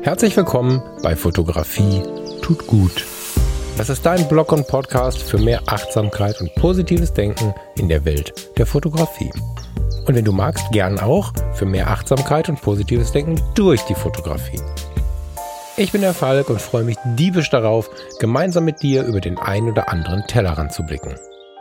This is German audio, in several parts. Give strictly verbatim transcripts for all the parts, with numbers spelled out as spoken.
Herzlich willkommen bei Fotografie tut gut. Das ist dein Blog und Podcast für mehr Achtsamkeit und positives Denken in der Welt der Fotografie. Und wenn du magst, gern auch für mehr Achtsamkeit und positives Denken durch die Fotografie. Ich bin der Falk und freue mich diebisch darauf, gemeinsam mit dir über den ein oder anderen Tellerrand zu blicken.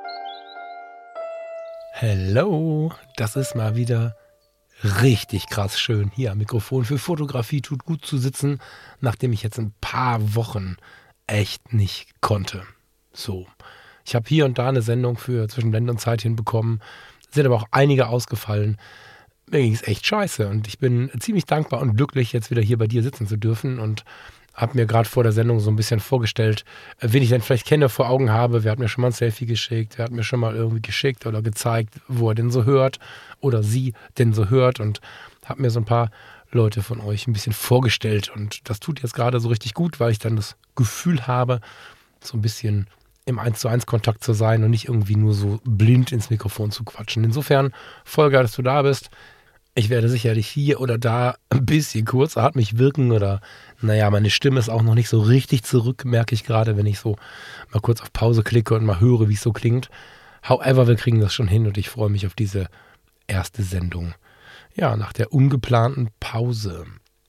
Hello, das ist mal wieder richtig krass schön, hier am Mikrofon für Fotografie tut gut zu sitzen, nachdem ich jetzt ein paar Wochen echt nicht konnte. So, ich habe hier und da eine Sendung für zwischen Blende und Zeit hinbekommen, sind aber auch einige ausgefallen. Mir ging es echt scheiße und ich bin ziemlich dankbar und glücklich, jetzt wieder hier bei dir sitzen zu dürfen und habe mir gerade vor der Sendung so ein bisschen vorgestellt, wen ich denn vielleicht kenne, vor Augen habe. Wer hat mir schon mal ein Selfie geschickt, wer hat mir schon mal irgendwie geschickt oder gezeigt, wo er denn so hört oder sie denn so hört und habe mir so ein paar Leute von euch ein bisschen vorgestellt und das tut jetzt gerade so richtig gut, weil ich dann das Gefühl habe, so ein bisschen im eins zu eins Kontakt zu sein und nicht irgendwie nur so blind ins Mikrofon zu quatschen. Insofern, voll geil, dass du da bist. Ich werde sicherlich hier oder da ein bisschen kurzatmig wirken oder, naja, meine Stimme ist auch noch nicht so richtig zurück, merke ich gerade, wenn ich so mal kurz auf Pause klicke und mal höre, wie es so klingt. However, wir kriegen das schon hin und ich freue mich auf diese erste Sendung. Ja, nach der ungeplanten Pause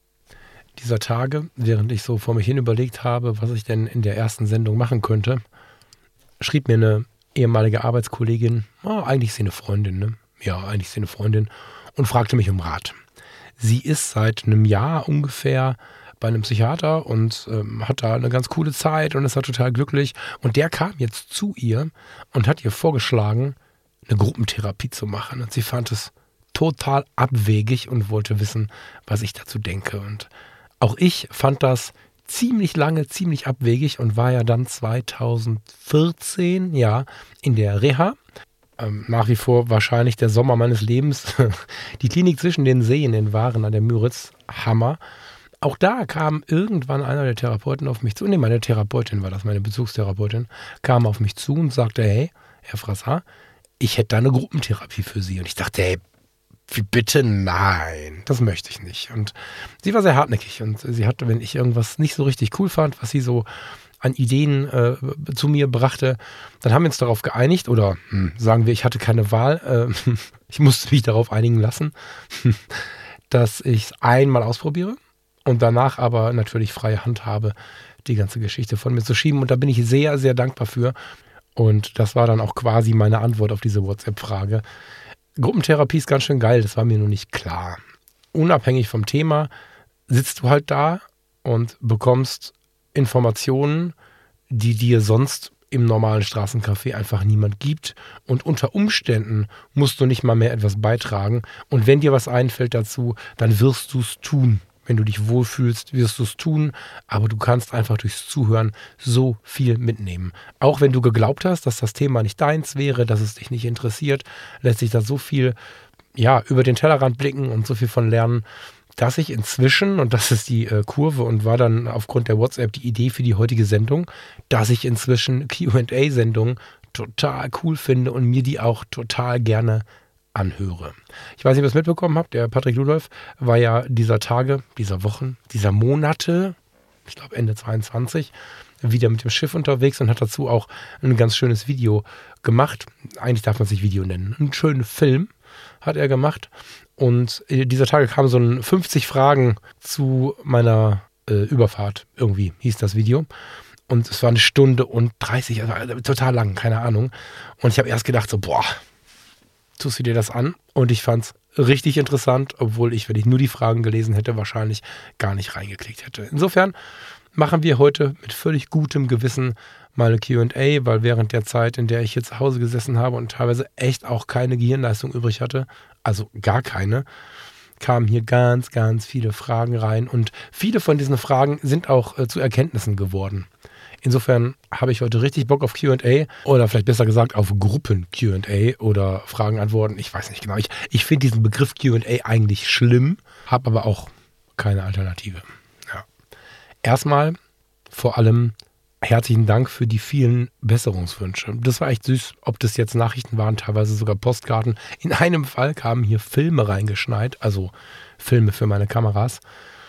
dieser Tage, während ich so vor mich hin überlegt habe, was ich denn in der ersten Sendung machen könnte, schrieb mir eine ehemalige Arbeitskollegin, oh, eigentlich ist sie eine Freundin, ne? Ja, eigentlich ist sie eine Freundin, und fragte mich um Rat. Sie ist seit einem Jahr ungefähr bei einem Psychiater und ähm, hat da eine ganz coole Zeit und ist da total glücklich. Und der kam jetzt zu ihr und hat ihr vorgeschlagen, eine Gruppentherapie zu machen. Und sie fand es total abwegig und wollte wissen, was ich dazu denke. Und auch ich fand das ziemlich lange, ziemlich abwegig und war ja dann zweitausendvierzehn, ja, in der Reha. Ähm, nach wie vor wahrscheinlich der Sommer meines Lebens. Die Klinik zwischen den Seen in Waren an der Müritz, Hammer. Auch da kam irgendwann einer der Therapeuten auf mich zu, nee, meine Therapeutin war das, meine Bezugstherapeutin, kam auf mich zu und sagte, hey, Herr Frassar, ich hätte da eine Gruppentherapie für Sie. Und ich dachte, hey, wie bitte nein, das möchte ich nicht. Und sie war sehr hartnäckig und sie hatte, wenn ich irgendwas nicht so richtig cool fand, was sie so an Ideen äh, zu mir brachte, dann haben wir uns darauf geeinigt oder hm, sagen wir, ich hatte keine Wahl, äh, ich musste mich darauf einigen lassen, dass ich es einmal ausprobiere und danach aber natürlich freie Hand habe, die ganze Geschichte von mir zu schieben und da bin ich sehr, sehr dankbar für und das war dann auch quasi meine Antwort auf diese WhatsApp-Frage. Gruppentherapie ist ganz schön geil, das war mir nur nicht klar. Unabhängig vom Thema sitzt du halt da und bekommst Informationen, die dir sonst im normalen Straßencafé einfach niemand gibt. Und unter Umständen musst du nicht mal mehr etwas beitragen. Und wenn dir was einfällt dazu, dann wirst du es tun. Wenn du dich wohlfühlst, wirst du es tun. Aber du kannst einfach durchs Zuhören so viel mitnehmen. Auch wenn du geglaubt hast, dass das Thema nicht deins wäre, dass es dich nicht interessiert, lässt sich da so viel ja, über den Tellerrand blicken und so viel von lernen, dass ich inzwischen, und das ist die äh, Kurve und war dann aufgrund der WhatsApp die Idee für die heutige Sendung, dass ich inzwischen Q und A-Sendungen total cool finde und mir die auch total gerne anhöre. Ich weiß nicht, ob ihr es mitbekommen habt, der Patrick Ludolf war ja dieser Tage, dieser Wochen, dieser Monate, ich glaube Ende zweiundzwanzig, wieder mit dem Schiff unterwegs und hat dazu auch ein ganz schönes Video gemacht. Eigentlich darf man es nicht Video nennen. Einen schönen Film hat er gemacht. Und dieser Tage kam so ein fünfzig Fragen zu meiner äh, Überfahrt, irgendwie hieß das Video. Und es war eine Stunde und dreißig, also total lang, keine Ahnung. Und ich habe erst gedacht so, boah, tust du dir das an? Und ich fand es richtig interessant, obwohl ich, wenn ich nur die Fragen gelesen hätte, wahrscheinlich gar nicht reingeklickt hätte. Insofern machen wir heute mit völlig gutem Gewissen mal eine Q und A, weil während der Zeit, in der ich hier zu Hause gesessen habe und teilweise echt auch keine Gehirnleistung übrig hatte, also gar keine, kamen hier ganz, ganz viele Fragen rein und viele von diesen Fragen sind auch äh, zu Erkenntnissen geworden. Insofern habe ich heute richtig Bock auf Q und A oder vielleicht besser gesagt auf Gruppen-Q und A oder Fragen-Antworten. Ich weiß nicht genau. Ich, ich finde diesen Begriff Q und A eigentlich schlimm, habe aber auch keine Alternative. Ja. Erstmal vor allem herzlichen Dank für die vielen Besserungswünsche. Das war echt süß, ob das jetzt Nachrichten waren, teilweise sogar Postkarten. In einem Fall kamen hier Filme reingeschneit, also Filme für meine Kameras.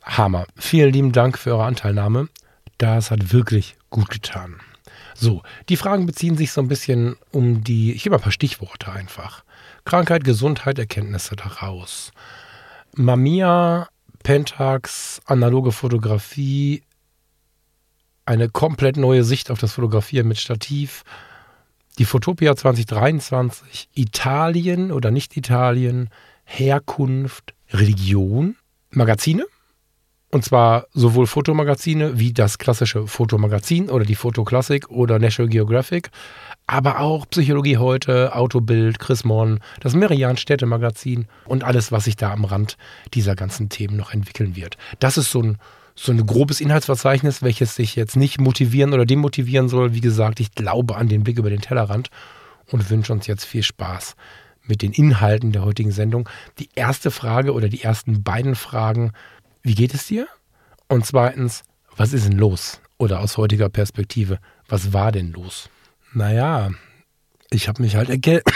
Hammer. Vielen lieben Dank für eure Anteilnahme. Das hat wirklich gut getan. So, die Fragen beziehen sich so ein bisschen um die, ich gebe mal ein paar Stichworte einfach. Krankheit, Gesundheit, Erkenntnisse daraus. Mamiya, Pentax, analoge Fotografie, eine komplett neue Sicht auf das Fotografieren mit Stativ, die Fotopia zwanzig dreiundzwanzig, Italien oder nicht Italien, Herkunft, Religion, Magazine. Und zwar sowohl Fotomagazine wie das klassische Fotomagazin oder die Fotoklassik oder National Geographic, aber auch Psychologie heute, Autobild, Chris Mon, das Merian Städtemagazin und alles, was sich da am Rand dieser ganzen Themen noch entwickeln wird. Das ist so ein, so ein grobes Inhaltsverzeichnis, welches sich jetzt nicht motivieren oder demotivieren soll. Wie gesagt, ich glaube an den Blick über den Tellerrand und wünsche uns jetzt viel Spaß mit den Inhalten der heutigen Sendung. Die erste Frage oder die ersten beiden Fragen: Wie geht es dir? Und zweitens, was ist denn los? Oder aus heutiger Perspektive, was war denn los? Naja, ich habe mich halt erkältet.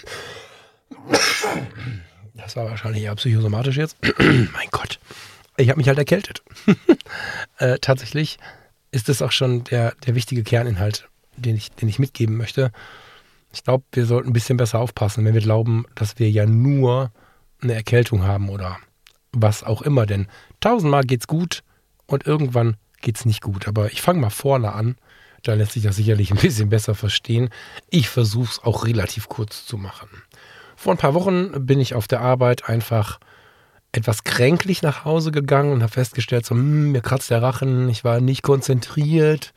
Das war wahrscheinlich eher psychosomatisch jetzt. Mein Gott. Ich habe mich halt erkältet. äh, tatsächlich ist das auch schon der, der wichtige Kerninhalt, den ich, den ich mitgeben möchte. Ich glaube, wir sollten ein bisschen besser aufpassen, wenn wir glauben, dass wir ja nur eine Erkältung haben oder was auch immer. Denn tausendmal geht's gut und irgendwann geht's nicht gut. Aber ich fange mal vorne an. Da lässt sich das sicherlich ein bisschen besser verstehen. Ich versuche es auch relativ kurz zu machen. Vor ein paar Wochen bin ich auf der Arbeit einfach etwas kränklich nach Hause gegangen und habe festgestellt, so, hm, mir kratzt der Rachen, ich war nicht konzentriert,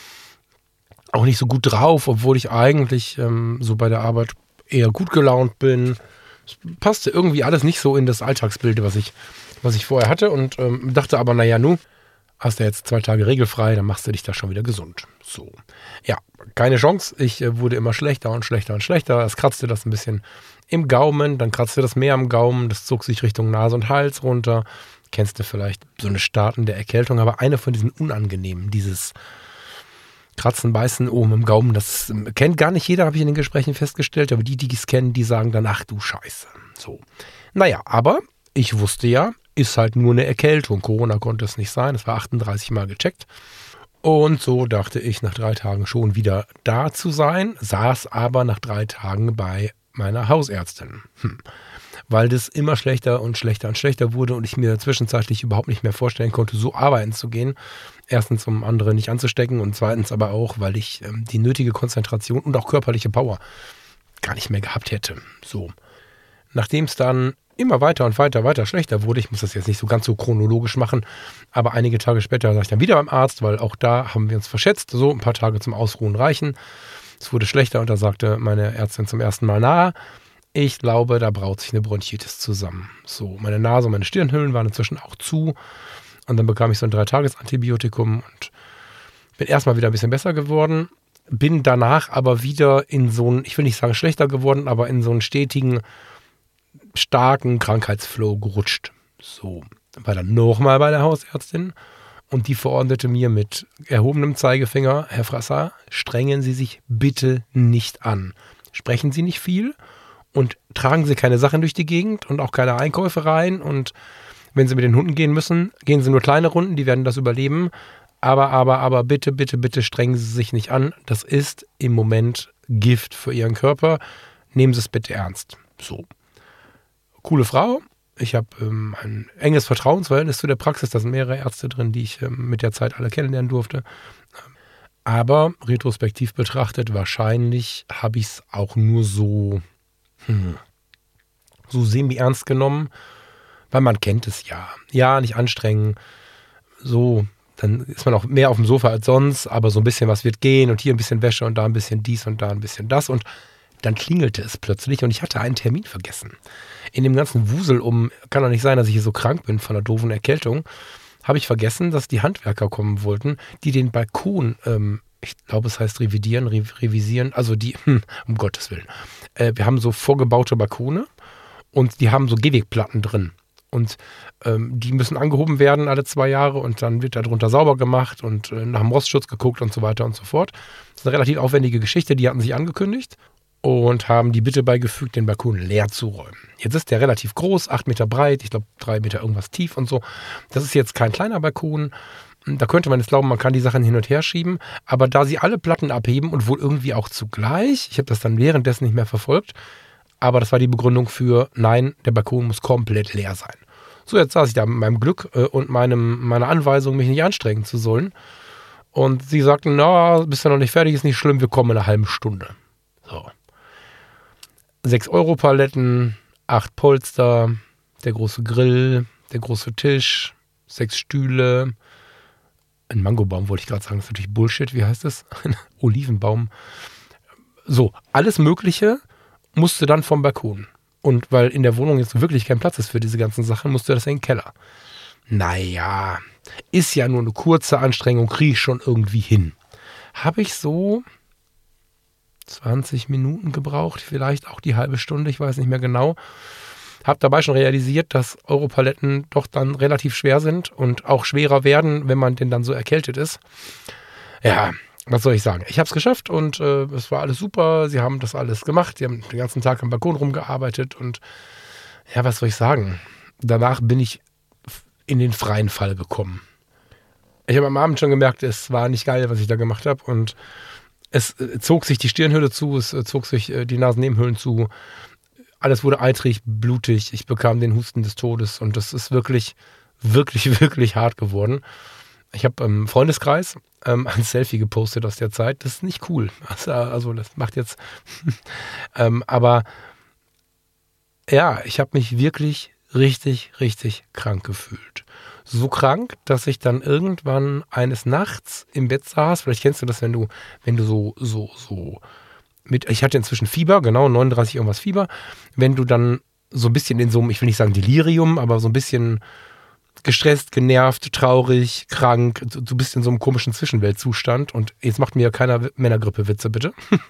auch nicht so gut drauf, obwohl ich eigentlich ähm, so bei der Arbeit eher gut gelaunt bin. Es passte irgendwie alles nicht so in das Alltagsbild, was ich, was ich vorher hatte und ähm, dachte aber, naja, nu, hast du jetzt zwei Tage regelfrei, dann machst du dich da schon wieder gesund. So, ja, keine Chance. Ich äh, wurde immer schlechter und schlechter und schlechter. Es kratzte das ein bisschen im Gaumen, dann kratzte das mehr am Gaumen, das zog sich Richtung Nase und Hals runter. Kennst du vielleicht so eine startende Erkältung, aber eine von diesen unangenehmen, dieses Kratzen, Beißen oben im Gaumen, das äh, kennt gar nicht jeder, habe ich in den Gesprächen festgestellt, aber die, die es kennen, die sagen dann, ach du Scheiße. So, naja, aber ich wusste ja, ist halt nur eine Erkältung. Corona konnte es nicht sein. Es war achtunddreißig Mal gecheckt. Und so dachte ich, nach drei Tagen schon wieder da zu sein, saß aber nach drei Tagen bei meiner Hausärztin. Hm. Weil das immer schlechter und schlechter und schlechter wurde und ich mir zwischenzeitlich überhaupt nicht mehr vorstellen konnte, so arbeiten zu gehen. Erstens, um andere nicht anzustecken und zweitens aber auch, weil ich ähm, die nötige Konzentration und auch körperliche Power gar nicht mehr gehabt hätte. So. Nachdem es dann immer weiter und weiter, weiter schlechter wurde. Ich muss das jetzt nicht so ganz so chronologisch machen, aber einige Tage später war ich dann wieder beim Arzt, weil auch da haben wir uns verschätzt. So, ein paar Tage zum Ausruhen reichen. Es wurde schlechter und da sagte meine Ärztin zum ersten Mal, na, ich glaube, da braut sich eine Bronchitis zusammen. So, meine Nase und meine Stirnhöhlen waren inzwischen auch zu und dann bekam ich so ein Drei-Tages-Antibiotikum und bin erstmal wieder ein bisschen besser geworden, bin danach aber wieder in so einen, ich will nicht sagen schlechter geworden, aber in so einen stetigen starken Krankheitsflow gerutscht. So, war dann nochmal bei der Hausärztin und die verordnete mir mit erhobenem Zeigefinger, Herr Frasser, strengen Sie sich bitte nicht an. Sprechen Sie nicht viel und tragen Sie keine Sachen durch die Gegend und auch keine Einkäufe rein und wenn Sie mit den Hunden gehen müssen, gehen Sie nur kleine Runden, die werden das überleben. Aber, aber, aber bitte, bitte, bitte strengen Sie sich nicht an. Das ist im Moment Gift für Ihren Körper. Nehmen Sie es bitte ernst. So. Coole Frau. Ich habe ähm, ein enges Vertrauensverhältnis zu der Praxis. Da sind mehrere Ärzte drin, die ich ähm, mit der Zeit alle kennenlernen durfte. Aber retrospektiv betrachtet, wahrscheinlich habe ich es auch nur so, hm, so semi-ernst genommen, weil man kennt es ja. Ja, nicht anstrengen. So, dann ist man auch mehr auf dem Sofa als sonst, aber so ein bisschen was wird gehen und hier ein bisschen Wäsche und da ein bisschen dies und da ein bisschen das und dann klingelte es plötzlich und ich hatte einen Termin vergessen. In dem ganzen Wusel um, kann doch nicht sein, dass ich hier so krank bin von einer doofen Erkältung, habe ich vergessen, dass die Handwerker kommen wollten, die den Balkon, ähm, ich glaube es heißt revidieren, re- revisieren, also die, hm, um Gottes Willen. Äh, wir haben so vorgebaute Balkone und die haben so Gehwegplatten drin. Und ähm, die müssen angehoben werden alle zwei Jahre und dann wird darunter sauber gemacht und äh, nach dem Rostschutz geguckt und so weiter und so fort. Das ist eine relativ aufwendige Geschichte, die hatten sich angekündigt. und haben die Bitte beigefügt, den Balkon leer zu räumen. Jetzt ist der relativ groß, acht Meter breit, ich glaube drei Meter irgendwas tief und so. Das ist jetzt kein kleiner Balkon. Da könnte man jetzt glauben, man kann die Sachen hin und her schieben. Aber da sie alle Platten abheben und wohl irgendwie auch zugleich, ich habe das dann währenddessen nicht mehr verfolgt, aber das war die Begründung für, nein, der Balkon muss komplett leer sein. So, jetzt saß ich da mit meinem Glück äh, und meinem, meiner Anweisung, mich nicht anstrengen zu sollen. Und sie sagten, na, bist du noch nicht fertig, ist nicht schlimm, wir kommen in einer halben Stunde. So. sechs Euro Paletten, acht Polster, der große Grill, der große Tisch, sechs Stühle, ein Mangobaum wollte ich gerade sagen, das ist natürlich Bullshit, wie heißt das? Ein Olivenbaum. So, alles Mögliche musste dann vom Balkon. Und weil in der Wohnung jetzt wirklich kein Platz ist für diese ganzen Sachen, musste das in den Keller. Naja, ist ja nur eine kurze Anstrengung, kriege ich schon irgendwie hin. Habe ich so zwanzig Minuten gebraucht, vielleicht auch die halbe Stunde, ich weiß nicht mehr genau. Habe dabei schon realisiert, dass Europaletten doch dann relativ schwer sind und auch schwerer werden, wenn man denn dann so erkältet ist. Ja, was soll ich sagen? Ich habe es geschafft und äh, es war alles super. Sie haben das alles gemacht. Sie haben den ganzen Tag am Balkon rumgearbeitet und ja, was soll ich sagen? Danach bin ich in den freien Fall gekommen. Ich habe am Abend schon gemerkt, es war nicht geil, was ich da gemacht habe und es äh, zog sich die Stirnhöhle zu, es äh, zog sich äh, die Nasennebenhöhlen zu. Alles wurde eitrig, blutig. Ich bekam den Husten des Todes und das ist wirklich, wirklich, wirklich hart geworden. Ich habe im Freundeskreis ähm, ein Selfie gepostet aus der Zeit. Das ist nicht cool. Also, also das macht jetzt... ähm, aber ja, ich habe mich wirklich richtig, richtig krank gefühlt. So krank, dass ich dann irgendwann eines Nachts im Bett saß. Vielleicht kennst du das, wenn du, wenn du so, so, so... Mit, ich hatte inzwischen Fieber, genau, neununddreißig irgendwas Fieber. Wenn du dann so ein bisschen in so einem, ich will nicht sagen Delirium, aber so ein bisschen gestresst, genervt, traurig, krank, du, du bist in so einem komischen Zwischenweltzustand und jetzt macht mir keiner Männergrippe-Witze, bitte.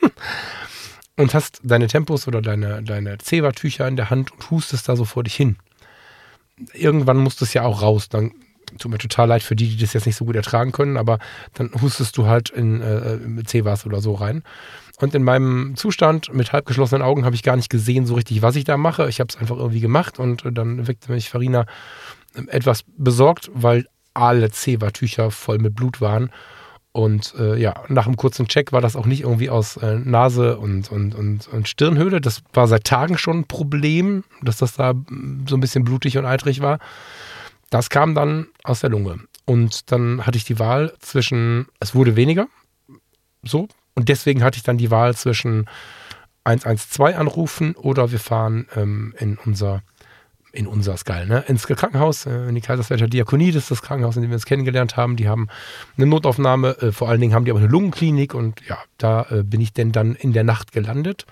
Und hast deine Tempos oder deine, deine Zewa-Tücher in der Hand und hustest da so vor dich hin. Irgendwann musst du es ja auch raus, dann tut mir total leid für die, die das jetzt nicht so gut ertragen können, aber dann hustest du halt in äh, Zewas oder so rein. Und in meinem Zustand mit halb geschlossenen Augen habe ich gar nicht gesehen so richtig, was ich da mache. Ich habe es einfach irgendwie gemacht und dann weckte mich Farina etwas besorgt, weil alle Zewa-Tücher voll mit Blut waren. Und äh, ja, nach einem kurzen Check war das auch nicht irgendwie aus äh, Nase und, und, und, und Stirnhöhle. Das war seit Tagen schon ein Problem, dass das da so ein bisschen blutig und eitrig war. Das kam dann aus der Lunge. Und dann hatte ich die Wahl zwischen, es wurde weniger, so, und deswegen hatte ich dann die Wahl zwischen eins eins zwei anrufen oder wir fahren ähm, in unser, in unser ist geil, ne? ins Krankenhaus, äh, in die Kaiserswerther Diakonie, das ist das Krankenhaus, in dem wir uns kennengelernt haben. Die haben eine Notaufnahme, äh, vor allen Dingen haben die aber eine Lungenklinik und ja, da äh, bin ich denn dann in der Nacht gelandet.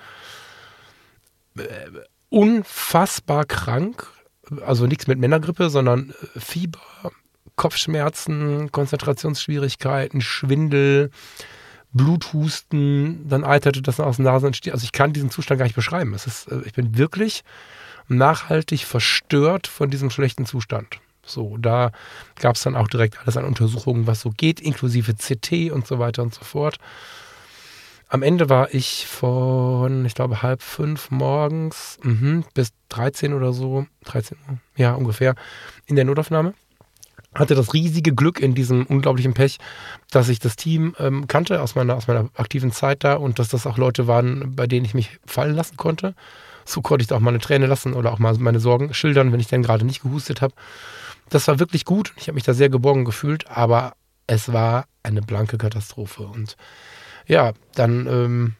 Äh, unfassbar krank, also nichts mit Männergrippe, sondern äh, Fieber, Kopfschmerzen, Konzentrationsschwierigkeiten, Schwindel, Bluthusten, dann eiterte das aus der Nase und Stirn. Also ich kann diesen Zustand gar nicht beschreiben. Es ist, ich bin wirklich nachhaltig verstört von diesem schlechten Zustand. So, da gab es dann auch direkt alles an Untersuchungen, was so geht, inklusive C T und so weiter und so fort. Am Ende war ich von, ich glaube, halb fünf morgens mh, bis dreizehn oder so, dreizehn Uhr, ja ungefähr, in der Notaufnahme. Hatte das riesige Glück in diesem unglaublichen Pech, dass ich das Team ähm, kannte aus meiner, aus meiner aktiven Zeit da und dass das auch Leute waren, bei denen ich mich fallen lassen konnte. So konnte ich da auch mal eine Träne lassen oder auch mal meine Sorgen schildern, wenn ich dann gerade nicht gehustet habe. Das war wirklich gut und ich habe mich da sehr geborgen gefühlt, aber es war eine blanke Katastrophe. Und ja, dann ähm,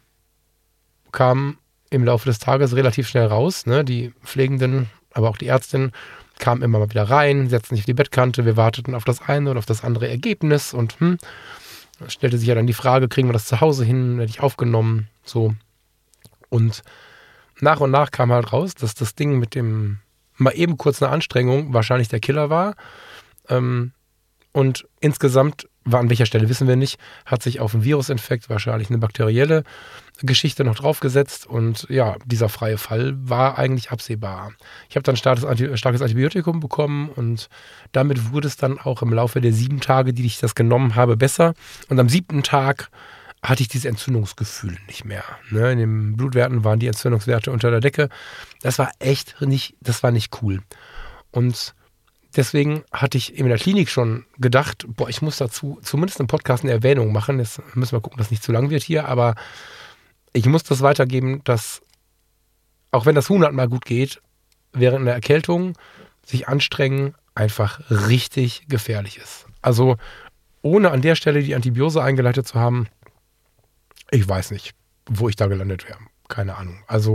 kam im Laufe des Tages relativ schnell raus, ne, die Pflegenden, aber auch die Ärztin, kamen immer mal wieder rein, setzten sich auf die Bettkante, wir warteten auf das eine und auf das andere Ergebnis und hm, stellte sich ja dann die Frage, kriegen wir das zu Hause hin, werde ich aufgenommen, so. Und nach und nach kam halt raus, dass das Ding mit dem mal eben kurz eine Anstrengung wahrscheinlich der Killer war. Ähm, und insgesamt, war an welcher Stelle wissen wir nicht, hat sich auf einen Virusinfekt wahrscheinlich eine bakterielle Geschichte noch draufgesetzt und ja, dieser freie Fall war eigentlich absehbar. Ich habe dann starkes, Anti- starkes Antibiotikum bekommen und damit wurde es dann auch im Laufe der sieben Tage, die ich das genommen habe, besser. Und am siebten Tag hatte ich diese Entzündungsgefühle nicht mehr. Ne? In den Blutwerten waren die Entzündungswerte unter der Decke. Das war echt nicht, das war nicht cool. Und deswegen hatte ich in der Klinik schon gedacht, boah, ich muss dazu zumindest im Podcast eine Erwähnung machen. Jetzt müssen wir gucken, dass es nicht zu lang wird hier, aber ich muss das weitergeben, dass auch wenn das hundertmal gut geht, während einer Erkältung sich anstrengen einfach richtig gefährlich ist. Also ohne an der Stelle die Antibiose eingeleitet zu haben, ich weiß nicht, wo ich da gelandet wäre. Keine Ahnung. Also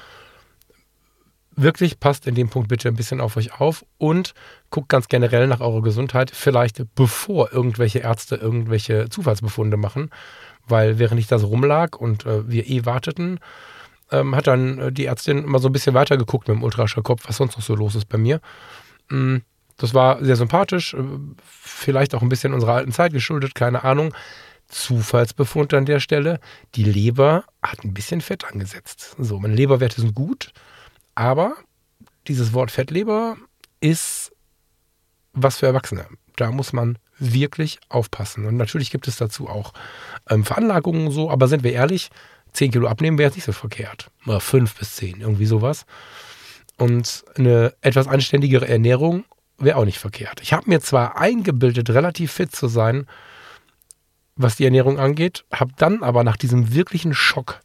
wirklich passt in dem Punkt bitte ein bisschen auf euch auf und guckt ganz generell nach eurer Gesundheit, vielleicht bevor irgendwelche Ärzte irgendwelche Zufallsbefunde machen, weil während ich da so rumlag und äh, wir eh warteten, ähm, hat dann äh, die Ärztin immer so ein bisschen weiter geguckt mit dem Ultraschallkopf, was sonst noch so los ist bei mir. Mm, das war sehr sympathisch, äh, vielleicht auch ein bisschen unserer alten Zeit geschuldet, keine Ahnung. Zufallsbefund an der Stelle, die Leber hat ein bisschen Fett angesetzt. So, meine Leberwerte sind gut, aber dieses Wort Fettleber ist was für Erwachsene. Da muss man wirklich aufpassen. Und natürlich gibt es dazu auch ähm, Veranlagungen und so, aber sind wir ehrlich, zehn Kilo abnehmen wäre jetzt nicht so verkehrt. Oder fünf bis zehn, irgendwie sowas. Und eine etwas anständigere Ernährung wäre auch nicht verkehrt. Ich habe mir zwar eingebildet, relativ fit zu sein, was die Ernährung angeht, habe dann aber nach diesem wirklichen Schock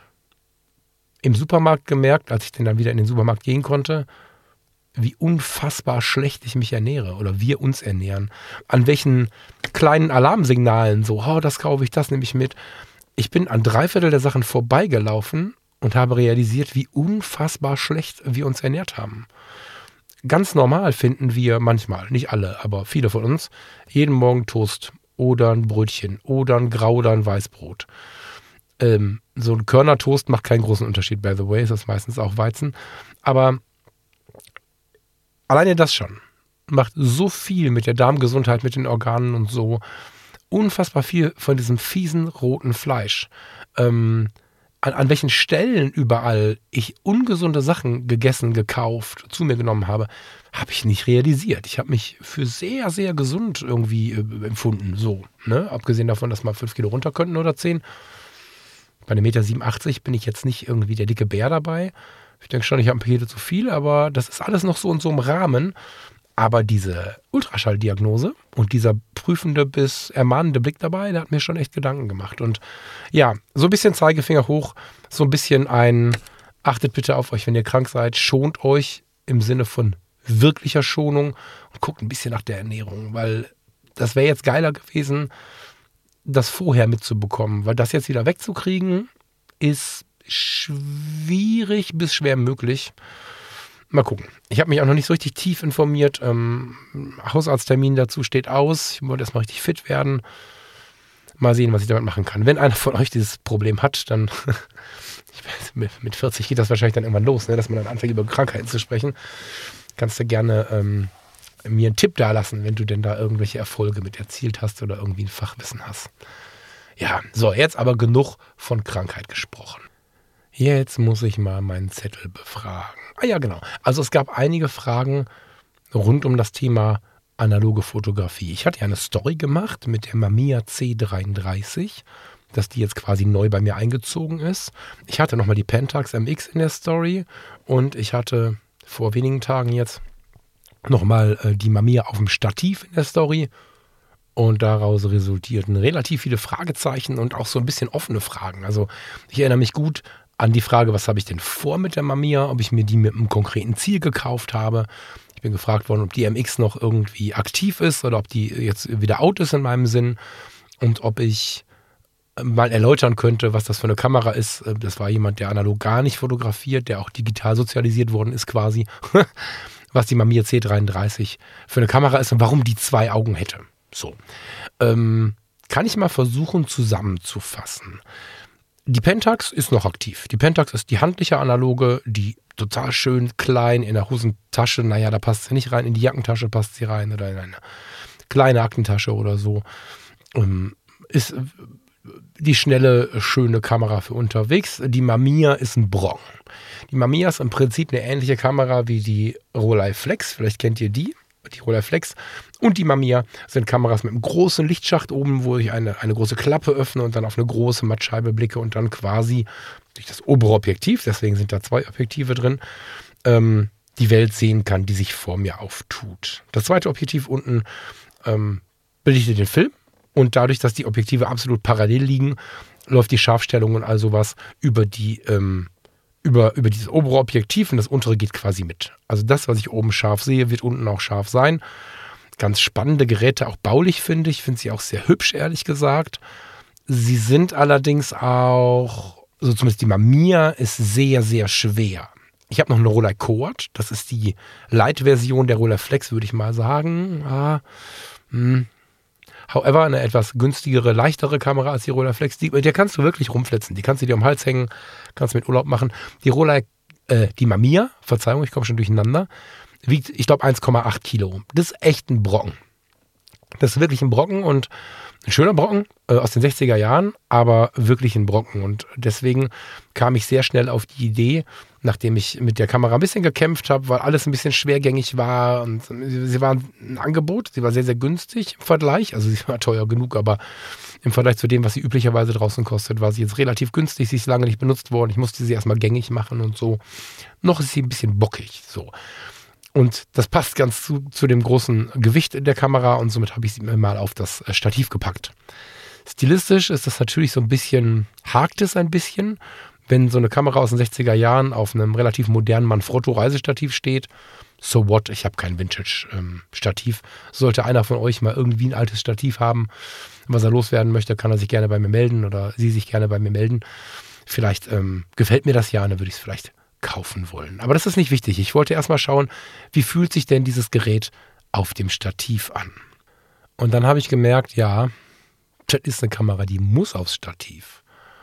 im Supermarkt gemerkt, als ich dann, dann wieder in den Supermarkt gehen konnte, wie unfassbar schlecht ich mich ernähre oder wir uns ernähren. An welchen kleinen Alarmsignalen, so, oh, das kaufe ich, das nehme ich mit. Ich bin an drei Viertel der Sachen vorbeigelaufen und habe realisiert, wie unfassbar schlecht wir uns ernährt haben. Ganz normal finden wir manchmal, nicht alle, aber viele von uns, jeden Morgen Toast oder ein Brötchen oder ein Grau oder ein Weißbrot. Ähm, so ein Körnertoast macht keinen großen Unterschied, by the way, ist das meistens auch Weizen. Aber alleine das schon macht so viel mit der Darmgesundheit, mit den Organen und so. Unfassbar viel von diesem fiesen roten Fleisch. Ähm, an, an welchen Stellen überall ich ungesunde Sachen gegessen, gekauft, zu mir genommen habe, habe ich nicht realisiert. Ich habe mich für sehr, sehr gesund irgendwie äh, empfunden. So, ne? Abgesehen davon, dass mal fünf Kilo runter könnten oder zehn. Bei einem Meter siebenundachtzig bin ich jetzt nicht irgendwie der dicke Bär dabei. Ich denke schon, ich habe ein paar Kilo zu viel, aber das ist alles noch so in so einem Rahmen. Aber diese Ultraschalldiagnose und dieser prüfende bis ermahnende Blick dabei, der hat mir schon echt Gedanken gemacht. Und ja, so ein bisschen Zeigefinger hoch, so ein bisschen ein, achtet bitte auf euch, wenn ihr krank seid, schont euch im Sinne von wirklicher Schonung und guckt ein bisschen nach der Ernährung, weil das wäre jetzt geiler gewesen, das vorher mitzubekommen, weil das jetzt wieder wegzukriegen, ist schwierig bis schwer möglich. Mal gucken. Ich habe mich auch noch nicht so richtig tief informiert. Ähm, Hausarzttermin dazu steht aus. Ich wollte erstmal richtig fit werden. Mal sehen, was ich damit machen kann. Wenn einer von euch dieses Problem hat, dann ich weiß, mit vierzig geht das wahrscheinlich dann irgendwann los, ne, dass man dann anfängt, über Krankheiten zu sprechen. Kannst du gerne ähm, mir einen Tipp dalassen, wenn du denn da irgendwelche Erfolge mit erzielt hast oder irgendwie ein Fachwissen hast. Ja, so, jetzt aber genug von Krankheit gesprochen. Jetzt muss ich mal meinen Zettel befragen. Ah ja, genau. Also es gab einige Fragen rund um das Thema analoge Fotografie. Ich hatte ja eine Story gemacht mit der Mamiya C dreiunddreißig, dass die jetzt quasi neu bei mir eingezogen ist. Ich hatte nochmal die Pentax M X in der Story und ich hatte vor wenigen Tagen jetzt nochmal äh, die Mamiya auf dem Stativ in der Story. Und daraus resultierten relativ viele Fragezeichen und auch so ein bisschen offene Fragen. Also ich erinnere mich gut an die Frage, was habe ich denn vor mit der Mamiya, ob ich mir die mit einem konkreten Ziel gekauft habe. Ich bin gefragt worden, ob die M X noch irgendwie aktiv ist oder ob die jetzt wieder out ist in meinem Sinn und ob ich mal erläutern könnte, was das für eine Kamera ist. Das war jemand, der analog gar nicht fotografiert, der auch digital sozialisiert worden ist quasi, was die Mamiya C dreiunddreißig für eine Kamera ist und warum die zwei Augen hätte. So, ähm, kann ich mal versuchen zusammenzufassen. Die Pentax ist noch aktiv. Die Pentax ist die handliche Analoge, die total schön klein in der Hosentasche, naja, da passt sie nicht rein, in die Jackentasche passt sie rein oder in eine kleine Aktentasche oder so. Ähm, ist die schnelle, schöne Kamera für unterwegs. Die Mamiya ist ein Bron. Die Mamiya ist im Prinzip eine ähnliche Kamera wie die Rolleiflex, vielleicht kennt ihr die. die Rolleiflex und die Mamiya sind Kameras mit einem großen Lichtschacht oben, wo ich eine, eine große Klappe öffne und dann auf eine große Mattscheibe blicke und dann quasi durch das obere Objektiv, deswegen sind da zwei Objektive drin, ähm, die Welt sehen kann, die sich vor mir auftut. Das zweite Objektiv unten ähm, belichtet den Film und dadurch, dass die Objektive absolut parallel liegen, läuft die Scharfstellung und all sowas über die ähm, über, über dieses obere Objektiv und das untere geht quasi mit. Also das, was ich oben scharf sehe, wird unten auch scharf sein. Ganz spannende Geräte, auch baulich finde ich. Ich finde sie auch sehr hübsch, ehrlich gesagt. Sie sind allerdings auch, also zumindest die Mamiya ist sehr, sehr schwer. Ich habe noch eine Rolleicord. Das ist die Light-Version der Rolleiflex, würde ich mal sagen. Ah, hm. However, eine etwas günstigere, leichtere Kamera als die Rolleiflex. Die, der kannst du wirklich rumflitzen. Die kannst du dir am Hals hängen, kannst mit Urlaub machen. Die Rollei, äh, die Mamiya, Verzeihung, ich komme schon durcheinander, wiegt, ich glaube, eins Komma acht Kilo. Das ist echt ein Brocken. Das ist wirklich ein Brocken und ein schöner Brocken äh, aus den sechziger Jahren, aber wirklich ein Brocken. Und deswegen kam ich sehr schnell auf die Idee, nachdem ich mit der Kamera ein bisschen gekämpft habe, weil alles ein bisschen schwergängig war und sie, sie war ein Angebot, sie war sehr, sehr günstig im Vergleich, also sie war teuer genug, aber im Vergleich zu dem, was sie üblicherweise draußen kostet, war sie jetzt relativ günstig, sie ist lange nicht benutzt worden, ich musste sie erstmal gängig machen und so. Noch ist sie ein bisschen bockig, so. Und das passt ganz zu, zu dem großen Gewicht der Kamera und somit habe ich sie mir mal auf das Stativ gepackt. Stilistisch ist das natürlich so ein bisschen, hakt es ein bisschen, wenn so eine Kamera aus den sechziger Jahren auf einem relativ modernen Manfrotto-Reisestativ steht. So what, ich habe kein Vintage-Stativ. Ähm, Sollte einer von euch mal irgendwie ein altes Stativ haben, was er loswerden möchte, kann er sich gerne bei mir melden oder sie sich gerne bei mir melden. Vielleicht ähm, gefällt mir das ja, dann würde ich es vielleicht kaufen wollen. Aber das ist nicht wichtig. Ich wollte erstmal schauen, wie fühlt sich denn dieses Gerät auf dem Stativ an? Und dann habe ich gemerkt, ja, das ist eine Kamera, die muss aufs Stativ.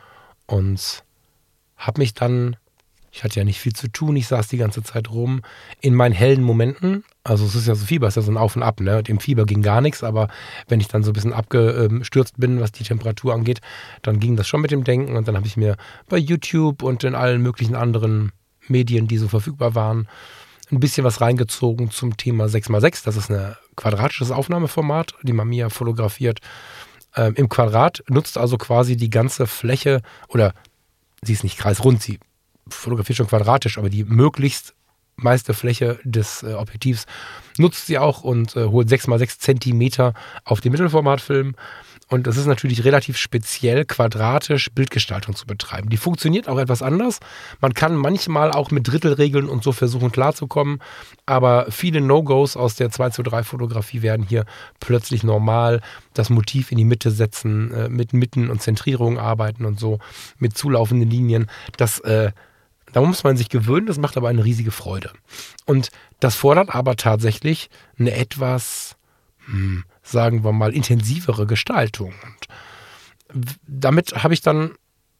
Und habe mich dann, ich hatte ja nicht viel zu tun, ich saß die ganze Zeit rum, in meinen hellen Momenten, also es ist ja so Fieber, es ist ja so ein Auf und Ab, ne? Und im Fieber ging gar nichts, aber wenn ich dann so ein bisschen abgestürzt bin, was die Temperatur angeht, dann ging das schon mit dem Denken und dann habe ich mir bei YouTube und in allen möglichen anderen Medien, die so verfügbar waren, ein bisschen was reingezogen zum Thema sechs mal sechs. Das ist ein quadratisches Aufnahmeformat, die Mamiya fotografiert ähm, im Quadrat, nutzt also quasi die ganze Fläche, oder sie ist nicht kreisrund, sie fotografiert schon quadratisch, aber die möglichst meiste Fläche des äh, Objektivs nutzt sie auch und äh, holt sechs mal sechs Zentimeter auf den Mittelformatfilm. Und das ist natürlich relativ speziell, quadratisch Bildgestaltung zu betreiben. Die funktioniert auch etwas anders. Man kann manchmal auch mit Drittelregeln und so versuchen klarzukommen, aber viele No-Gos aus der zwei zu drei Fotografie werden hier plötzlich normal. Das Motiv in die Mitte setzen, äh, mit Mitten und Zentrierung arbeiten und so, mit zulaufenden Linien. Das, äh, da muss man sich gewöhnen, das macht aber eine riesige Freude. Und das fordert aber tatsächlich eine etwas, hm, sagen wir mal, intensivere Gestaltung. Und damit habe ich dann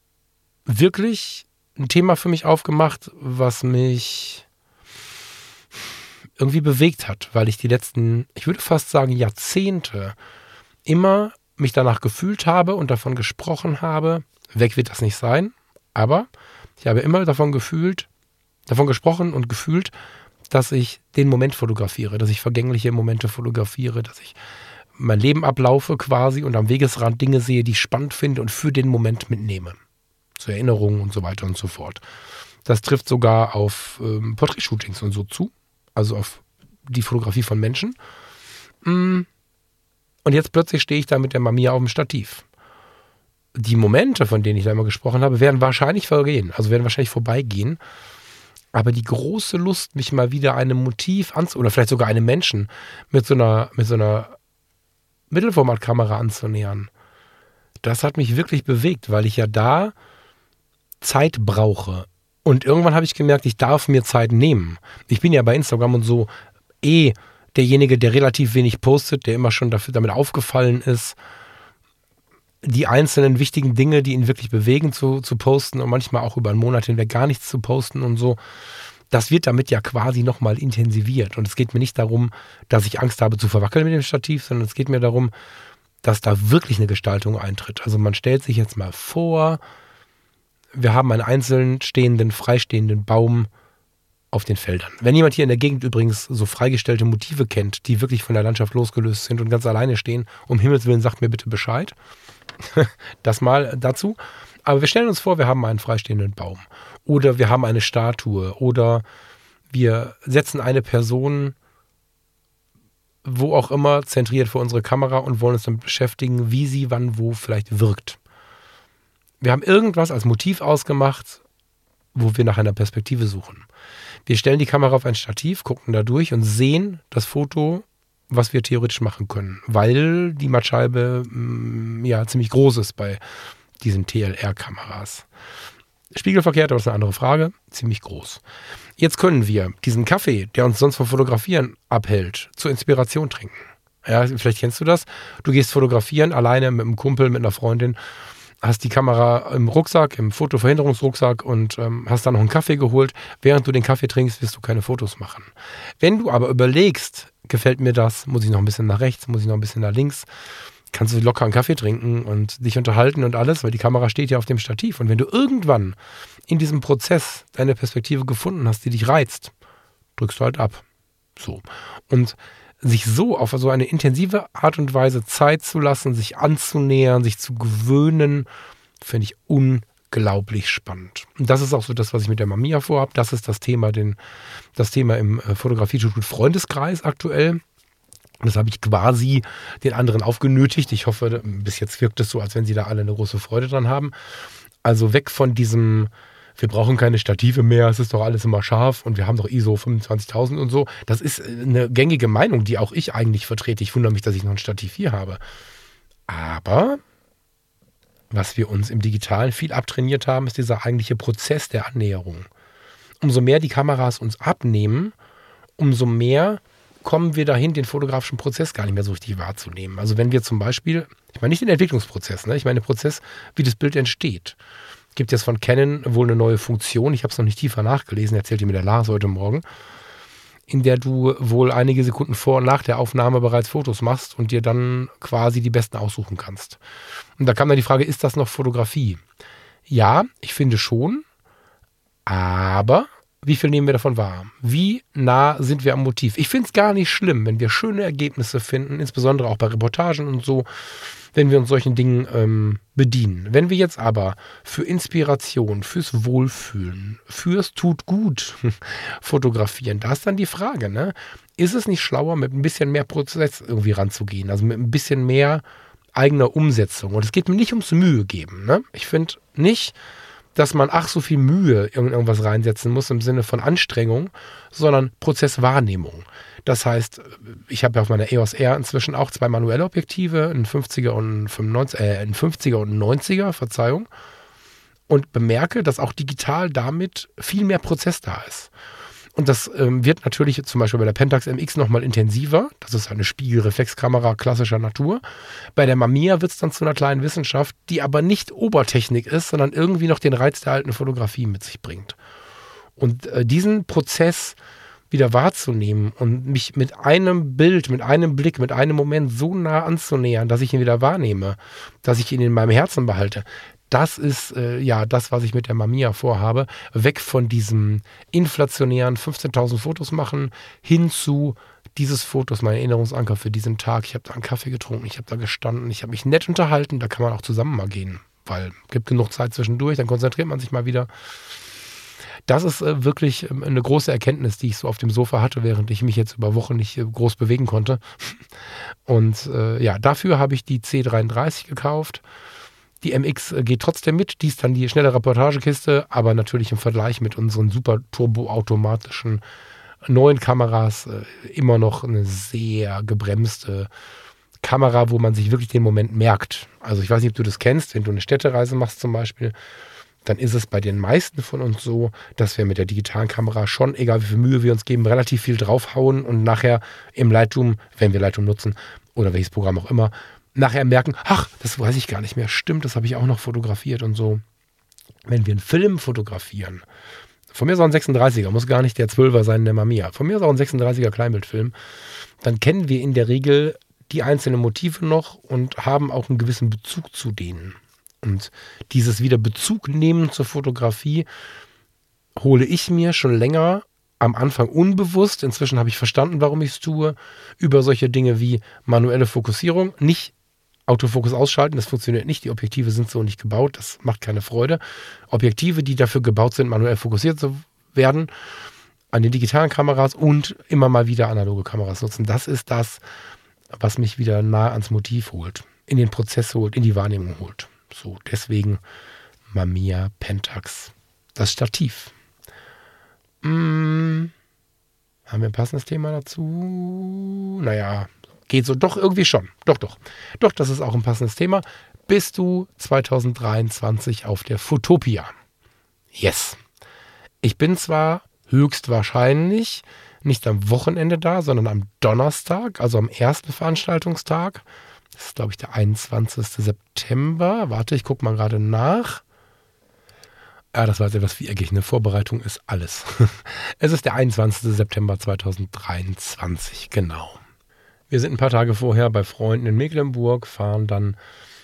wirklich ein Thema für mich aufgemacht, was mich irgendwie bewegt hat, weil ich die letzten, ich würde fast sagen, Jahrzehnte immer mich danach gefühlt habe und davon gesprochen habe, weg wird das nicht sein, aber ich habe immer davon gefühlt, davon gesprochen und gefühlt, dass ich den Moment fotografiere, dass ich vergängliche Momente fotografiere, dass ich mein Leben ablaufe quasi und am Wegesrand Dinge sehe, die ich spannend finde und für den Moment mitnehme. Zur Erinnerung und so weiter und so fort. Das trifft sogar auf ähm, Porträtshootings und so zu, also auf die Fotografie von Menschen. Und jetzt plötzlich stehe ich da mit der Mamiya auf dem Stativ. Die Momente, von denen ich da immer gesprochen habe, werden wahrscheinlich vergehen, also werden wahrscheinlich vorbeigehen. Aber die große Lust, mich mal wieder einem Motiv anzu- oder vielleicht sogar einem Menschen mit so einer, mit so einer Mittelformatkamera anzunähern, das hat mich wirklich bewegt, weil ich ja da Zeit brauche. Und irgendwann habe ich gemerkt, ich darf mir Zeit nehmen. Ich bin ja bei Instagram und so eh derjenige, der relativ wenig postet, der immer schon dafür, damit aufgefallen ist, die einzelnen wichtigen Dinge, die ihn wirklich bewegen, zu, zu posten und manchmal auch über einen Monat hinweg gar nichts zu posten und so. Das wird damit ja quasi nochmal intensiviert. Und es geht mir nicht darum, dass ich Angst habe zu verwackeln mit dem Stativ, sondern es geht mir darum, dass da wirklich eine Gestaltung eintritt. Also man stellt sich jetzt mal vor, wir haben einen einzeln stehenden, freistehenden Baum auf den Feldern. Wenn jemand hier in der Gegend übrigens so freigestellte Motive kennt, die wirklich von der Landschaft losgelöst sind und ganz alleine stehen, um Himmels Willen sagt mir bitte Bescheid. Das mal dazu. Aber wir stellen uns vor, wir haben einen freistehenden Baum oder wir haben eine Statue oder wir setzen eine Person, wo auch immer, zentriert vor unsere Kamera und wollen uns damit beschäftigen, wie sie wann wo vielleicht wirkt. Wir haben irgendwas als Motiv ausgemacht, wo wir nach einer Perspektive suchen. Wir stellen die Kamera auf ein Stativ, gucken da durch und sehen das Foto, was wir theoretisch machen können, weil die Mattscheibe mh, ja ziemlich groß ist bei diesen T L R-Kameras. Spiegelverkehrt, aber das ist eine andere Frage, ziemlich groß. Jetzt können wir diesen Kaffee, der uns sonst vom Fotografieren abhält, zur Inspiration trinken. Ja, vielleicht kennst du das. Du gehst fotografieren, alleine mit einem Kumpel, mit einer Freundin, hast die Kamera im Rucksack, im Fotoverhinderungsrucksack und ähm, hast dann noch einen Kaffee geholt. Während du den Kaffee trinkst, wirst du keine Fotos machen. Wenn du aber überlegst, gefällt mir das, muss ich noch ein bisschen nach rechts, muss ich noch ein bisschen nach links, kannst du locker einen Kaffee trinken und dich unterhalten und alles, weil die Kamera steht ja auf dem Stativ. Und wenn du irgendwann in diesem Prozess deine Perspektive gefunden hast, die dich reizt, drückst du halt ab. So. Und sich so auf so eine intensive Art und Weise Zeit zu lassen, sich anzunähern, sich zu gewöhnen, finde ich unglaublich spannend. Und das ist auch so das, was ich mit der Mamiya vorhabe. Das ist das Thema, den, das Thema im Fotografie-Institut Freundeskreis aktuell. Das habe ich quasi den anderen aufgenötigt. Ich hoffe, bis jetzt wirkt es so, als wenn sie da alle eine große Freude dran haben. Also weg von diesem, wir brauchen keine Stative mehr, es ist doch alles immer scharf und wir haben doch I S O fünfundzwanzigtausend und so. Das ist eine gängige Meinung, die auch ich eigentlich vertrete. Ich wundere mich, dass ich noch ein Stativ hier habe. Aber was wir uns im Digitalen viel abtrainiert haben, ist dieser eigentliche Prozess der Annäherung. Umso mehr die Kameras uns abnehmen, umso mehr kommen wir dahin, den fotografischen Prozess gar nicht mehr so richtig wahrzunehmen. Also wenn wir zum Beispiel, ich meine nicht den Entwicklungsprozess, ne? Ich meine den Prozess, wie das Bild entsteht. Es gibt jetzt von Canon wohl eine neue Funktion, ich habe es noch nicht tiefer nachgelesen, erzählte mir der Lars heute Morgen, in der du wohl einige Sekunden vor und nach der Aufnahme bereits Fotos machst und dir dann quasi die besten aussuchen kannst. Und da kam dann die Frage, ist das noch Fotografie? Ja, ich finde schon, aber wie viel nehmen wir davon wahr? Wie nah sind wir am Motiv? Ich finde es gar nicht schlimm, wenn wir schöne Ergebnisse finden, insbesondere auch bei Reportagen und so, wenn wir uns solchen Dingen ähm, bedienen. Wenn wir jetzt aber für Inspiration, fürs Wohlfühlen, fürs tut gut fotografieren, da ist dann die Frage, ne? Ist es nicht schlauer, mit ein bisschen mehr Prozess irgendwie ranzugehen, also mit ein bisschen mehr eigener Umsetzung? Und es geht mir nicht ums Mühe geben, ne? Ich finde nicht, dass man ach so viel Mühe in irgendwas reinsetzen muss im Sinne von Anstrengung, sondern Prozesswahrnehmung. Das heißt, ich habe ja auf meiner E O S R inzwischen auch zwei manuelle Objektive, ein fünfziger und ein fünfundneunzig, äh, ein fünfziger und ein neunziger, Verzeihung, und bemerke, dass auch digital damit viel mehr Prozess da ist. Und das ähm, wird natürlich zum Beispiel bei der Pentax M X nochmal intensiver. Das ist eine Spiegelreflexkamera klassischer Natur. Bei der Mamiya wird es dann zu einer kleinen Wissenschaft, die aber nicht Obertechnik ist, sondern irgendwie noch den Reiz der alten Fotografie mit sich bringt. Und äh, diesen Prozess wieder wahrzunehmen und mich mit einem Bild, mit einem Blick, mit einem Moment so nah anzunähern, dass ich ihn wieder wahrnehme, dass ich ihn in meinem Herzen behalte. Das ist äh, ja das, was ich mit der Mamiya vorhabe. Weg von diesem inflationären fünfzehntausend Fotos machen, hin zu dieses Foto ist mein Erinnerungsanker für diesen Tag. Ich habe da einen Kaffee getrunken, ich habe da gestanden, ich habe mich nett unterhalten. Da kann man auch zusammen mal gehen, weil es gibt genug Zeit zwischendurch, dann konzentriert man sich mal wieder. Das ist äh, wirklich äh, eine große Erkenntnis, die ich so auf dem Sofa hatte, während ich mich jetzt über Wochen nicht äh, groß bewegen konnte. Und äh, ja, dafür habe ich die C dreiunddreißig gekauft. Die M X geht trotzdem mit, die ist dann die schnelle Reportagekiste, aber natürlich im Vergleich mit unseren super turboautomatischen neuen Kameras äh, immer noch eine sehr gebremste Kamera, wo man sich wirklich den Moment merkt. Also ich weiß nicht, ob du das kennst, wenn du eine Städtereise machst zum Beispiel, dann ist es bei den meisten von uns so, dass wir mit der digitalen Kamera schon, egal wie viel Mühe wir uns geben, relativ viel draufhauen und nachher im Lightroom, wenn wir Lightroom nutzen oder welches Programm auch immer, nachher merken, ach, das weiß ich gar nicht mehr. Stimmt, das habe ich auch noch fotografiert und so. Wenn wir einen Film fotografieren, von mir ist auch ein sechsunddreißiger, muss gar nicht der zwölfer sein in der Mamiya, von mir ist auch ein sechsunddreißiger Kleinbildfilm, dann kennen wir in der Regel die einzelnen Motive noch und haben auch einen gewissen Bezug zu denen. Und dieses wieder Bezug nehmen zur Fotografie hole ich mir schon länger am Anfang unbewusst. Inzwischen habe ich verstanden, warum ich es tue. Über solche Dinge wie manuelle Fokussierung. Nicht Autofokus ausschalten, das funktioniert nicht. Die Objektive sind so nicht gebaut. Das macht keine Freude. Objektive, die dafür gebaut sind, manuell fokussiert zu werden, an den digitalen Kameras und immer mal wieder analoge Kameras nutzen. Das ist das, was mich wieder nah ans Motiv holt, in den Prozess holt, in die Wahrnehmung holt. So, deswegen Mamiya Pentax. Das Stativ. Hm, haben wir ein passendes Thema dazu? Naja, geht so. Doch, irgendwie schon. Doch, doch. Doch, das ist auch ein passendes Thema. Bist du zwanzig dreiundzwanzig auf der Footopia? Yes. Ich bin zwar höchstwahrscheinlich nicht am Wochenende da, sondern am Donnerstag, also am ersten Veranstaltungstag. Das ist, glaube ich, der einundzwanzigsten September. Warte, ich gucke mal gerade nach. Ja, das war jetzt etwas viereckig. Eine Vorbereitung ist alles. Es ist der einundzwanzigsten September zweitausenddreiundzwanzig, genau. Wir sind ein paar Tage vorher bei Freunden in Mecklenburg, fahren dann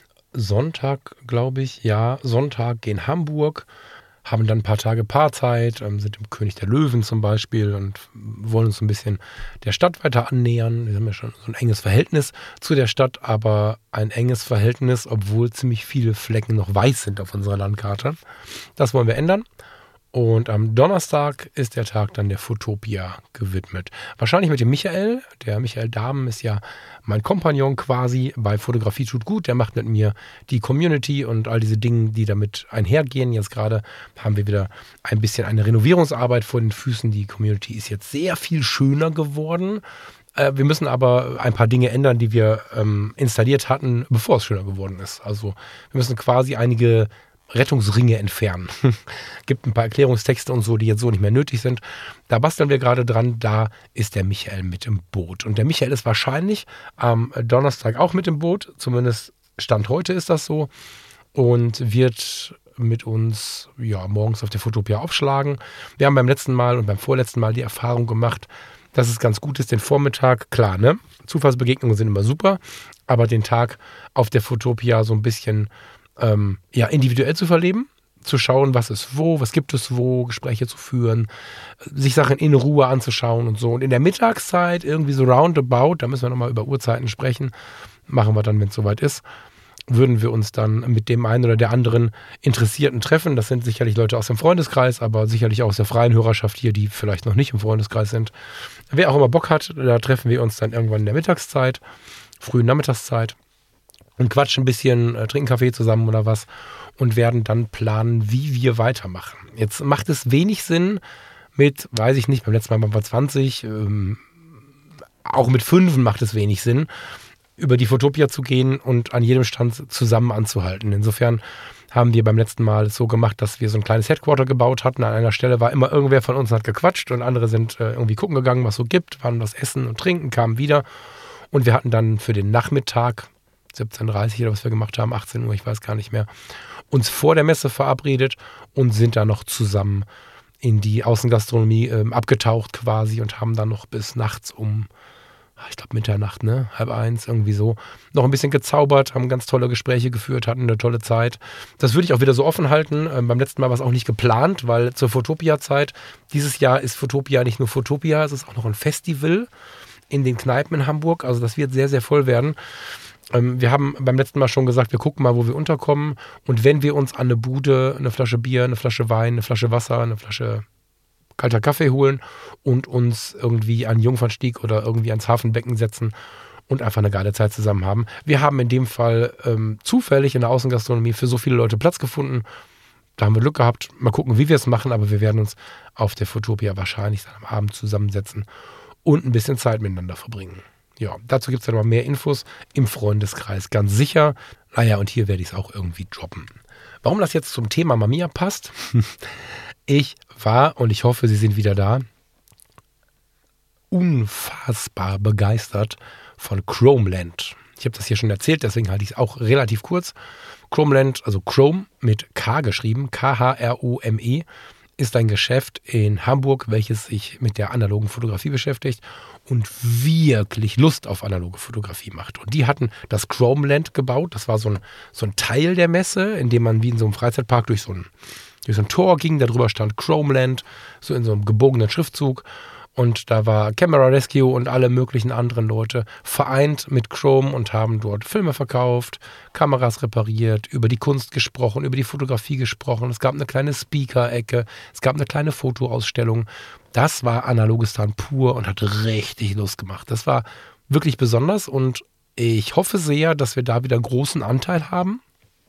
Sonntag, glaube ich, ja, Sonntag in Hamburg, haben dann ein paar Tage Paarzeit, ähm, sind im König der Löwen zum Beispiel und wollen uns ein bisschen der Stadt weiter annähern. Wir haben ja schon so ein enges Verhältnis zu der Stadt, aber ein enges Verhältnis, obwohl ziemlich viele Flecken noch weiß sind auf unserer Landkarte. Das wollen wir ändern. Und am Donnerstag ist der Tag dann der Footopia gewidmet. Wahrscheinlich mit dem Michael. Der Michael Dahmen ist ja mein Kompagnon quasi bei Fotografie tut gut. Der macht mit mir die Community und all diese Dinge, die damit einhergehen. Jetzt gerade haben wir wieder ein bisschen eine Renovierungsarbeit vor den Füßen. Die Community ist jetzt sehr viel schöner geworden. Äh, wir müssen aber ein paar Dinge ändern, die wir ähm, installiert hatten, bevor es schöner geworden ist. Also wir müssen quasi einige Rettungsringe entfernen. Gibt ein paar Erklärungstexte und so, die jetzt so nicht mehr nötig sind. Da basteln wir gerade dran. Da ist der Michael mit im Boot. Und der Michael ist wahrscheinlich am Donnerstag auch mit im Boot. Zumindest Stand heute ist das so. Und wird mit uns ja, morgens auf der Footopia aufschlagen. Wir haben beim letzten Mal und beim vorletzten Mal die Erfahrung gemacht, dass es ganz gut ist, den Vormittag, klar, ne? Zufallsbegegnungen sind immer super, aber den Tag auf der Footopia so ein bisschen Ähm, ja, individuell zu verleben, zu schauen, was ist wo, was gibt es wo, Gespräche zu führen, sich Sachen in Ruhe anzuschauen und so. Und in der Mittagszeit irgendwie so roundabout, da müssen wir nochmal über Uhrzeiten sprechen, machen wir dann, wenn es soweit ist, würden wir uns dann mit dem einen oder der anderen Interessierten treffen. Das sind sicherlich Leute aus dem Freundeskreis, aber sicherlich auch aus der freien Hörerschaft hier, die vielleicht noch nicht im Freundeskreis sind. Wer auch immer Bock hat, da treffen wir uns dann irgendwann in der Mittagszeit, frühen Nachmittagszeit. Und quatschen ein bisschen, äh, trinken Kaffee zusammen oder was und werden dann planen, wie wir weitermachen. Jetzt macht es wenig Sinn mit, weiß ich nicht, beim letzten Mal waren wir zwanzig, ähm, auch mit Fünfen macht es wenig Sinn, über die Footopia zu gehen und an jedem Stand zusammen anzuhalten. Insofern haben wir beim letzten Mal es so gemacht, dass wir so ein kleines Headquarter gebaut hatten. An einer Stelle war immer irgendwer von uns und hat gequatscht und andere sind äh, irgendwie gucken gegangen, was es so gibt, waren was essen und trinken, kamen wieder. Und wir hatten dann für den Nachmittag siebzehn Uhr dreißig oder was wir gemacht haben, achtzehn Uhr, ich weiß gar nicht mehr, uns vor der Messe verabredet und sind dann noch zusammen in die Außengastronomie ähm, abgetaucht quasi und haben dann noch bis nachts um, ich glaube Mitternacht, ne, halb eins, irgendwie so, noch ein bisschen gezaubert, haben ganz tolle Gespräche geführt, hatten eine tolle Zeit. Das würde ich auch wieder so offen halten. Ähm, beim letzten Mal war es auch nicht geplant, weil zur Footopia-Zeit, dieses Jahr ist Footopia nicht nur Footopia, es ist auch noch ein Festival in den Kneipen in Hamburg, also das wird sehr, sehr voll werden. Wir haben beim letzten Mal schon gesagt, wir gucken mal, wo wir unterkommen. Und wenn wir uns an eine Bude eine Flasche Bier, eine Flasche Wein, eine Flasche Wasser, eine Flasche kalter Kaffee holen und uns irgendwie an Jungfernstieg oder irgendwie ans Hafenbecken setzen und einfach eine geile Zeit zusammen haben. Wir haben in dem Fall ähm, zufällig in der Außengastronomie für so viele Leute Platz gefunden. Da haben wir Glück gehabt. Mal gucken, wie wir es machen, aber wir werden uns auf der Footopia wahrscheinlich dann am Abend zusammensetzen und ein bisschen Zeit miteinander verbringen. Ja, dazu gibt es dann noch mehr Infos im Freundeskreis, ganz sicher. Naja, und hier werde ich es auch irgendwie droppen. Warum das jetzt zum Thema Mamiya passt? Ich war, und ich hoffe, Sie sind wieder da, unfassbar begeistert von Chromeland. Ich habe das hier schon erzählt, deswegen halte ich es auch relativ kurz. Chromeland, also Chrome mit K geschrieben, K H R O M E, ist ein Geschäft in Hamburg, welches sich mit der analogen Fotografie beschäftigt und wirklich Lust auf analoge Fotografie macht. Und die hatten das Chromeland gebaut. Das war so ein, so ein Teil der Messe, in dem man wie in so einem Freizeitpark durch so ein, durch so ein Tor ging, darüber stand Chromeland, so in so einem gebogenen Schriftzug. Und da war Camera Rescue und alle möglichen anderen Leute vereint mit Chrome und haben dort Filme verkauft, Kameras repariert, über die Kunst gesprochen, über die Fotografie gesprochen. Es gab eine kleine Speaker-Ecke, es gab eine kleine Fotoausstellung. Das war Analogistan pur und hat richtig Lust gemacht. Das war wirklich besonders und ich hoffe sehr, dass wir da wieder großen Anteil haben.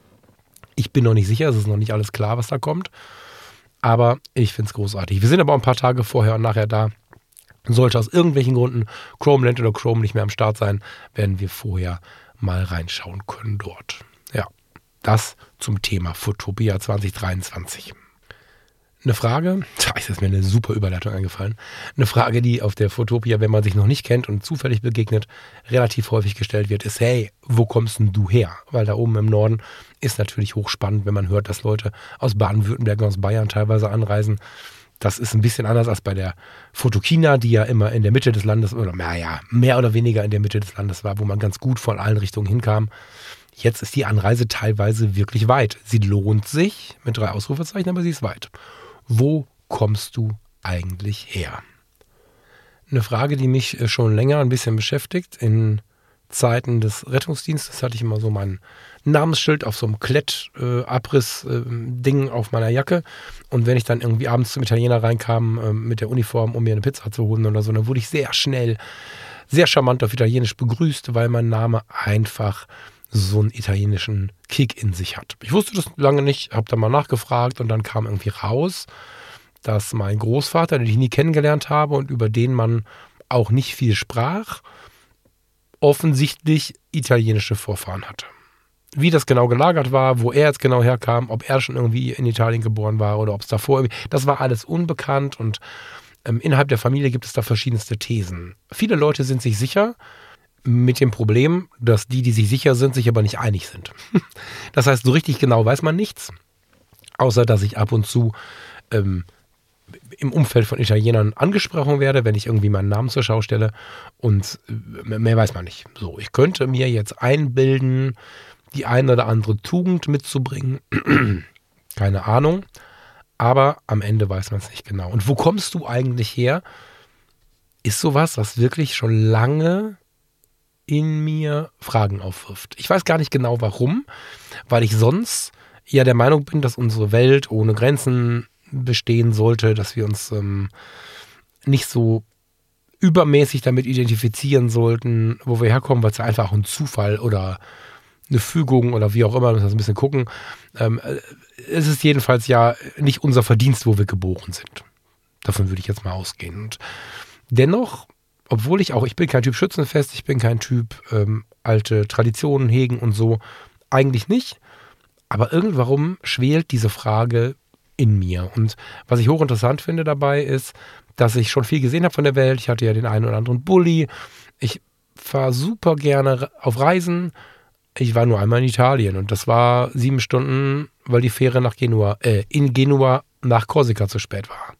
Ich bin noch nicht sicher, es ist noch nicht alles klar, was da kommt. Aber ich finde es großartig. Wir sind aber ein paar Tage vorher und nachher da. Sollte aus irgendwelchen Gründen Chromeland oder Chrome nicht mehr am Start sein, werden wir vorher mal reinschauen können dort. Ja, das zum Thema Fotopia zwanzig dreiundzwanzig. Eine Frage, da ist mir eine super Überleitung eingefallen, eine Frage, die auf der Fotopia, wenn man sich noch nicht kennt und zufällig begegnet, relativ häufig gestellt wird, ist, hey, wo kommst denn du her? Weil da oben im Norden ist natürlich hochspannend, wenn man hört, dass Leute aus Baden-Württemberg und aus Bayern teilweise anreisen. Das ist ein bisschen anders als bei der Fotokina, die ja immer in der Mitte des Landes, oder naja, mehr oder weniger in der Mitte des Landes war, wo man ganz gut von allen Richtungen hinkam. Jetzt ist die Anreise teilweise wirklich weit. Sie lohnt sich, mit drei Ausrufezeichen, aber sie ist weit. Wo kommst du eigentlich her? Eine Frage, die mich schon länger ein bisschen beschäftigt. In Zeiten des Rettungsdienstes hatte ich immer so mein Namensschild auf so einem Klettabriss-Ding äh, auf meiner Jacke. Und wenn ich dann irgendwie abends zum Italiener reinkam äh, mit der Uniform, um mir eine Pizza zu holen oder so, dann wurde ich sehr schnell, sehr charmant auf Italienisch begrüßt, weil mein Name einfach so einen italienischen Kick in sich hat. Ich wusste das lange nicht, habe da mal nachgefragt und dann kam irgendwie raus, dass mein Großvater, den ich nie kennengelernt habe und über den man auch nicht viel sprach, offensichtlich italienische Vorfahren hatte. Wie das genau gelagert war, wo er jetzt genau herkam, ob er schon irgendwie in Italien geboren war oder ob es davor, das war alles unbekannt und ähm, innerhalb der Familie gibt es da verschiedenste Thesen. Viele Leute sind sich sicher, mit dem Problem, dass die, die sich sicher sind, sich aber nicht einig sind. Das heißt, so richtig genau weiß man nichts, außer dass ich ab und zu ähm, im Umfeld von Italienern angesprochen werde, wenn ich irgendwie meinen Namen zur Schau stelle und äh, mehr weiß man nicht. So, ich könnte mir jetzt einbilden, die eine oder andere Tugend mitzubringen. Keine Ahnung. Aber am Ende weiß man es nicht genau. Und wo kommst du eigentlich her? Ist sowas, was wirklich schon lange in mir Fragen aufwirft. Ich weiß gar nicht genau warum, weil ich sonst ja der Meinung bin, dass unsere Welt ohne Grenzen bestehen sollte, dass wir uns ähm, nicht so übermäßig damit identifizieren sollten, wo wir herkommen, weil es ja einfach ein Zufall oder eine Fügung oder wie auch immer, müssen wir das ein bisschen gucken. Ähm, es ist jedenfalls ja nicht unser Verdienst, wo wir geboren sind. Davon würde ich jetzt mal ausgehen. Und dennoch, obwohl ich auch, ich bin kein Typ Schützenfest, ich bin kein Typ ähm, alte Traditionen hegen und so, eigentlich nicht. Aber irgendwann schwelt diese Frage in mir. Und was ich hochinteressant finde dabei ist, dass ich schon viel gesehen habe von der Welt. Ich hatte ja den einen oder anderen Bulli. Ich fahre super gerne auf Reisen. Ich war nur einmal in Italien und das war sieben Stunden, weil die Fähre nach Genua, äh, in Genua nach Korsika zu spät war.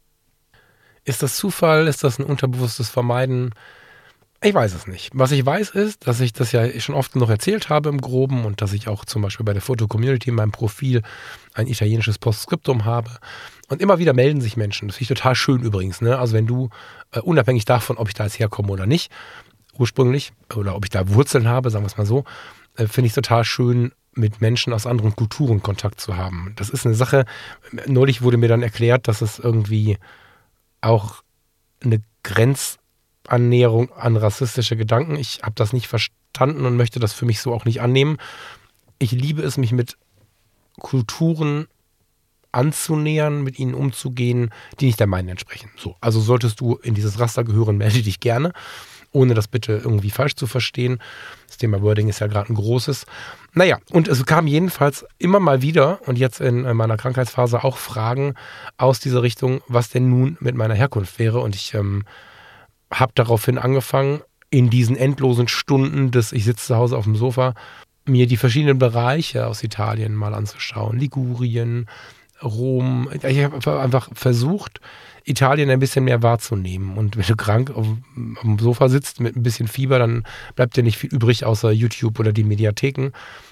Ist das Zufall? Ist das ein unterbewusstes Vermeiden? Ich weiß es nicht. Was ich weiß ist, dass ich das ja schon oft genug erzählt habe im Groben und dass ich auch zum Beispiel bei der Foto-Community in meinem Profil ein italienisches Postskriptum habe. Und immer wieder melden sich Menschen. Das finde ich total schön übrigens. Ne? Also wenn du, äh, unabhängig davon, ob ich da jetzt herkomme oder nicht, ursprünglich, oder ob ich da Wurzeln habe, sagen wir es mal so, äh, finde ich total schön, mit Menschen aus anderen Kulturen Kontakt zu haben. Das ist eine Sache, neulich wurde mir dann erklärt, dass es irgendwie auch eine Grenzannäherung an rassistische Gedanken. Ich habe das nicht verstanden und möchte das für mich so auch nicht annehmen. Ich liebe es, mich mit Kulturen anzunähern, mit ihnen umzugehen, die nicht der meinen entsprechen. So, also solltest du in dieses Raster gehören, melde dich gerne, ohne das bitte irgendwie falsch zu verstehen. Das Thema Wording ist ja gerade ein großes. Naja, und es kam jedenfalls immer mal wieder und jetzt in meiner Krankheitsphase auch Fragen aus dieser Richtung, was denn nun mit meiner Herkunft wäre. Und ich ähm, habe daraufhin angefangen, in diesen endlosen Stunden des ich sitze zu Hause auf dem Sofa, mir die verschiedenen Bereiche aus Italien mal anzuschauen. Ligurien, Rom. Ich habe einfach versucht, Italien ein bisschen mehr wahrzunehmen. Und wenn du krank auf, auf dem Sofa sitzt mit ein bisschen Fieber, dann bleibt dir nicht viel übrig, außer YouTube oder die Mediatheken.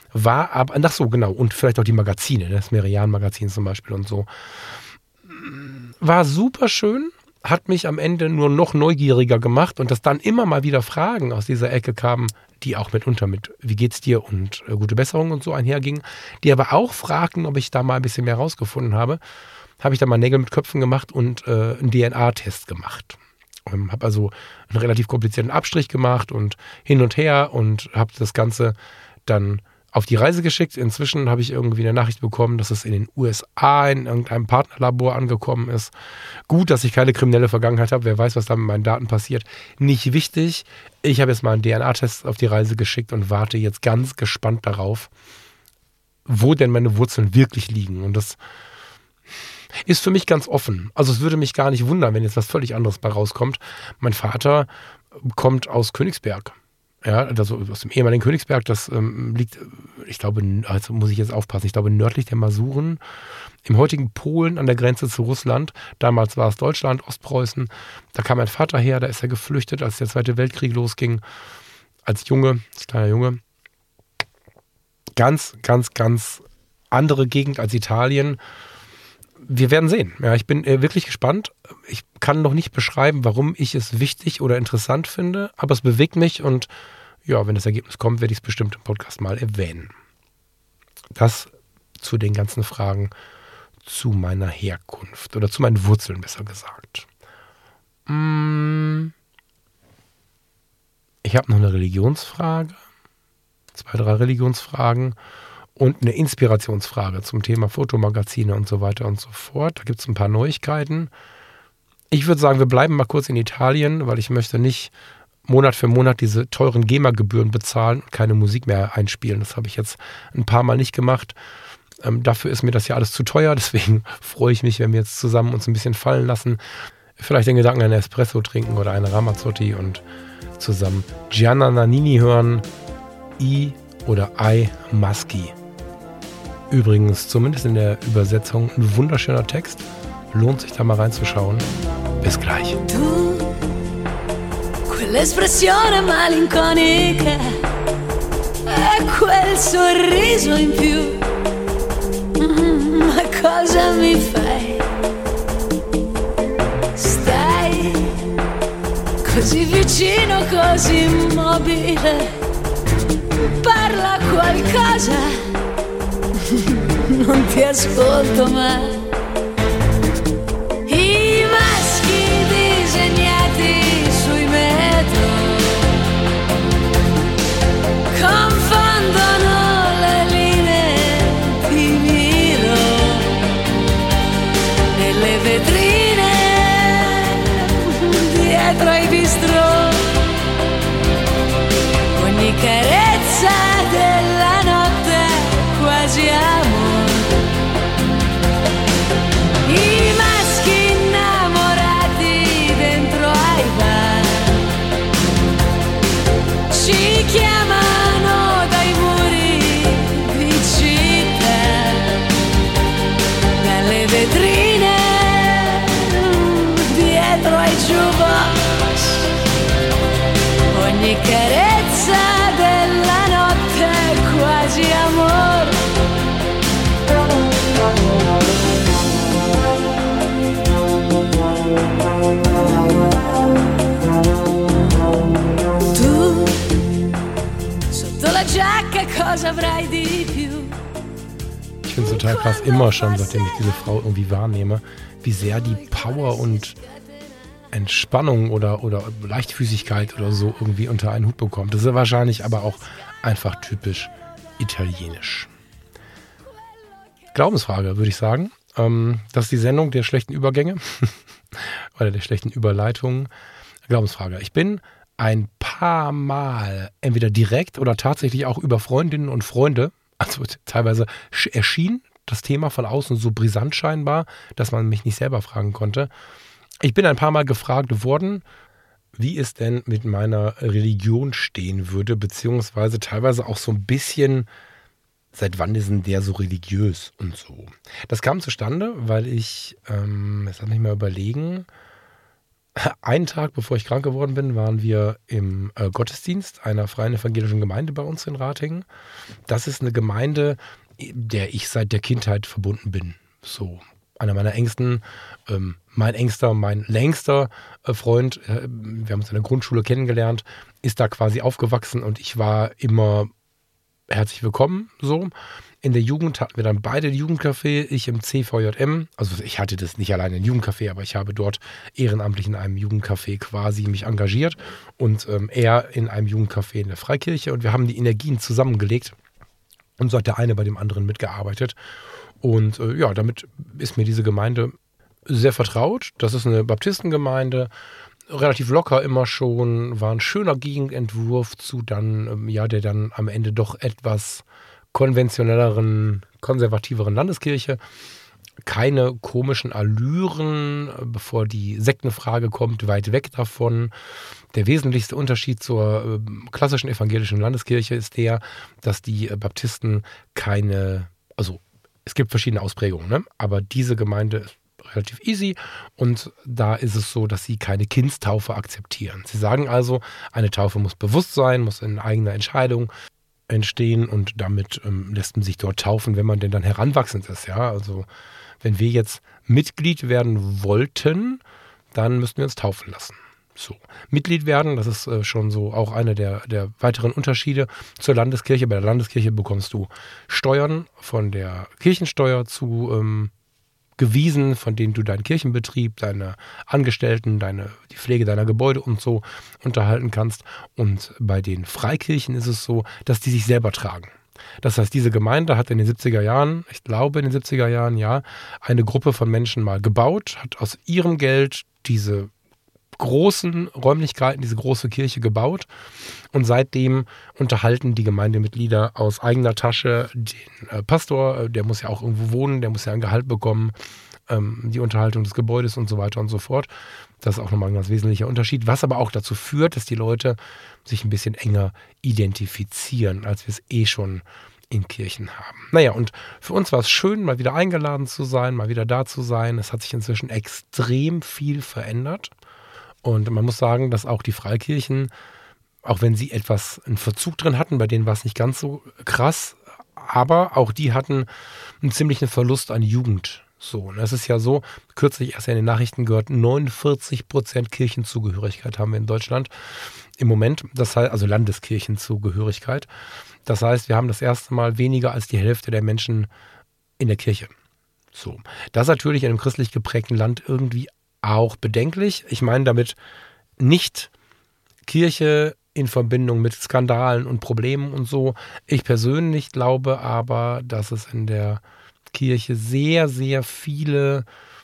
War aber, ach so, genau, und vielleicht auch die Magazine, das Merian-Magazin zum Beispiel und so. War super schön, hat mich am Ende nur noch neugieriger gemacht und dass dann immer mal wieder Fragen aus dieser Ecke kamen, die auch mitunter mit wie geht's dir und äh, gute Besserung und so einhergingen, die aber auch fragten, ob ich da mal ein bisschen mehr rausgefunden habe, habe ich dann mal Nägel mit Köpfen gemacht und äh, einen D N A-Test gemacht. Ähm, habe also einen relativ komplizierten Abstrich gemacht und hin und her und habe das Ganze dann auf die Reise geschickt. Inzwischen habe ich irgendwie eine Nachricht bekommen, dass es in den U S A in irgendeinem Partnerlabor angekommen ist. Gut, dass ich keine kriminelle Vergangenheit habe. Wer weiß, was da mit meinen Daten passiert. Nicht wichtig. Ich habe jetzt mal einen D N A-Test auf die Reise geschickt und warte jetzt ganz gespannt darauf, wo denn meine Wurzeln wirklich liegen. Und das ist für mich ganz offen. Also es würde mich gar nicht wundern, wenn jetzt was völlig anderes bei rauskommt. Mein Vater kommt aus Königsberg. Ja, also aus dem ehemaligen Königsberg, das ähm, liegt, ich glaube, also muss ich jetzt aufpassen, ich glaube nördlich der Masuren, im heutigen Polen an der Grenze zu Russland. Damals war es Deutschland, Ostpreußen. Da kam mein Vater her, da ist er geflüchtet, als der Zweite Weltkrieg losging, als Junge, als kleiner Junge. Ganz, ganz, ganz andere Gegend als Italien. Wir werden sehen. Ja, ich bin äh, wirklich gespannt. Ich kann noch nicht beschreiben, warum ich es wichtig oder interessant finde, aber es bewegt mich und ja, wenn das Ergebnis kommt, werde ich es bestimmt im Podcast mal erwähnen. Das zu den ganzen Fragen zu meiner Herkunft oder zu meinen Wurzeln, besser gesagt. Ich habe noch eine Religionsfrage, zwei, drei Religionsfragen und eine Inspirationsfrage zum Thema Fotomagazine und so weiter und so fort. Da gibt es ein paar Neuigkeiten. Ich würde sagen, wir bleiben mal kurz in Italien, weil ich möchte nicht Monat für Monat diese teuren GEMA-Gebühren bezahlen und keine Musik mehr einspielen. Das habe ich jetzt ein paar Mal nicht gemacht. Ähm, dafür ist mir das ja alles zu teuer. Deswegen freue ich mich, wenn wir jetzt zusammen uns ein bisschen fallen lassen. Vielleicht den Gedanken einen Espresso trinken oder eine Ramazzotti und zusammen Gianna Nannini hören. I oder I Maschi. Übrigens, zumindest in der Übersetzung, ein wunderschöner Text. Lohnt sich da mal reinzuschauen. Bis gleich. Tu, quell'espressione malinconica e quel sorriso in più, mm, ma cosa mi fai? Stai così vicino, così immobile, parla qualcosa. Non ti ascolto mai. I maschi disegnati sui metro confondono le linee, ti miro nelle vetrine dietro ai bistrò, ogni carezza della notte quasi amore. I maschi innamorati dentro ai bar ci chiamano dai muri di città, dalle vetrine dietro ai jukebox, ogni carezza della notte quasi amore. Tu sotto la giacca cosa avrai di più? Ich finde es total krass, immer schon, seitdem ich diese Frau irgendwie wahrnehme, wie sehr die Power und Entspannung oder, oder Leichtfüßigkeit oder so irgendwie unter einen Hut bekommt. Das ist wahrscheinlich aber auch einfach typisch italienisch. Glaubensfrage, würde ich sagen. Ähm, das ist die Sendung der schlechten Übergänge oder der schlechten Überleitungen. Glaubensfrage. Ich bin ein paar Mal entweder direkt oder tatsächlich auch über Freundinnen und Freunde, also teilweise erschien das Thema von außen so brisant scheinbar, dass man mich nicht selber fragen konnte. Ich bin ein paar Mal gefragt worden, wie es denn mit meiner Religion stehen würde, beziehungsweise teilweise auch so ein bisschen, seit wann ist denn der so religiös und so. Das kam zustande, weil ich, ähm, jetzt lass mich mal überlegen, einen Tag bevor ich krank geworden bin, waren wir im äh, Gottesdienst einer freien evangelischen Gemeinde bei uns in Ratingen. Das ist eine Gemeinde, der ich seit der Kindheit verbunden bin. So einer meiner engsten, ähm, mein engster, mein längster äh, Freund, äh, wir haben uns in der Grundschule kennengelernt, ist da quasi aufgewachsen und ich war immer herzlich willkommen, so. In der Jugend hatten wir dann beide Jugendcafé, ich im C V J M. Also ich hatte das nicht alleine im Jugendcafé, aber ich habe dort ehrenamtlich in einem Jugendcafé quasi mich engagiert und ähm, er in einem Jugendcafé in der Freikirche. Und wir haben die Energien zusammengelegt und so hat der eine bei dem anderen mitgearbeitet. Und äh, ja, damit ist mir diese Gemeinde sehr vertraut. Das ist eine Baptistengemeinde, relativ locker immer schon, war ein schöner Gegenentwurf zu dann, ähm, ja, der dann am Ende doch etwas konventionelleren, konservativeren Landeskirche. Keine komischen Allüren, bevor die Sektenfrage kommt, weit weg davon. Der wesentlichste Unterschied zur äh, klassischen evangelischen Landeskirche ist der, dass die äh, Baptisten keine, also es gibt verschiedene Ausprägungen, ne? Aber diese Gemeinde ist relativ easy und da ist es so, dass sie keine Kindstaufe akzeptieren. Sie sagen also, eine Taufe muss bewusst sein, muss in eigener Entscheidung entstehen und damit ähm, lässt man sich dort taufen, wenn man denn dann heranwachsend ist. Ja, also wenn wir jetzt Mitglied werden wollten, dann müssten wir uns taufen lassen. So, Mitglied werden, das ist äh, schon so auch einer der, der weiteren Unterschiede zur Landeskirche. Bei der Landeskirche bekommst du Steuern von der Kirchensteuer zu ähm, gewiesen, von denen du deinen Kirchenbetrieb, deine Angestellten, deine, die Pflege deiner Gebäude und so unterhalten kannst. Und bei den Freikirchen ist es so, dass die sich selber tragen. Das heißt, diese Gemeinde hat in den siebziger Jahren, ich glaube in den siebziger Jahren, ja, eine Gruppe von Menschen mal gebaut, hat aus ihrem Geld diese großen Räumlichkeiten, diese große Kirche gebaut und seitdem unterhalten die Gemeindemitglieder aus eigener Tasche den äh, Pastor, der muss ja auch irgendwo wohnen, der muss ja ein Gehalt bekommen, ähm, die Unterhaltung des Gebäudes und so weiter und so fort. Das ist auch nochmal ein ganz wesentlicher Unterschied, was aber auch dazu führt, dass die Leute sich ein bisschen enger identifizieren, als wir es eh schon in Kirchen haben. Naja, und für uns war es schön, mal wieder eingeladen zu sein, mal wieder da zu sein. Es hat sich inzwischen extrem viel verändert. Und man muss sagen, dass auch die Freikirchen, auch wenn sie etwas einen Verzug drin hatten, bei denen war es nicht ganz so krass, aber auch die hatten einen ziemlichen Verlust an Jugend. So, und es ist ja so, kürzlich erst in den Nachrichten gehört, neunundvierzig Prozent Kirchenzugehörigkeit haben wir in Deutschland im Moment, das heißt also Landeskirchenzugehörigkeit. Das heißt, wir haben das erste Mal weniger als die Hälfte der Menschen in der Kirche. So, das ist natürlich in einem christlich geprägten Land irgendwie auch bedenklich. Ich meine damit nicht Kirche in Verbindung mit Skandalen und Problemen und so. Ich persönlich glaube aber, dass es in der Kirche sehr, sehr viele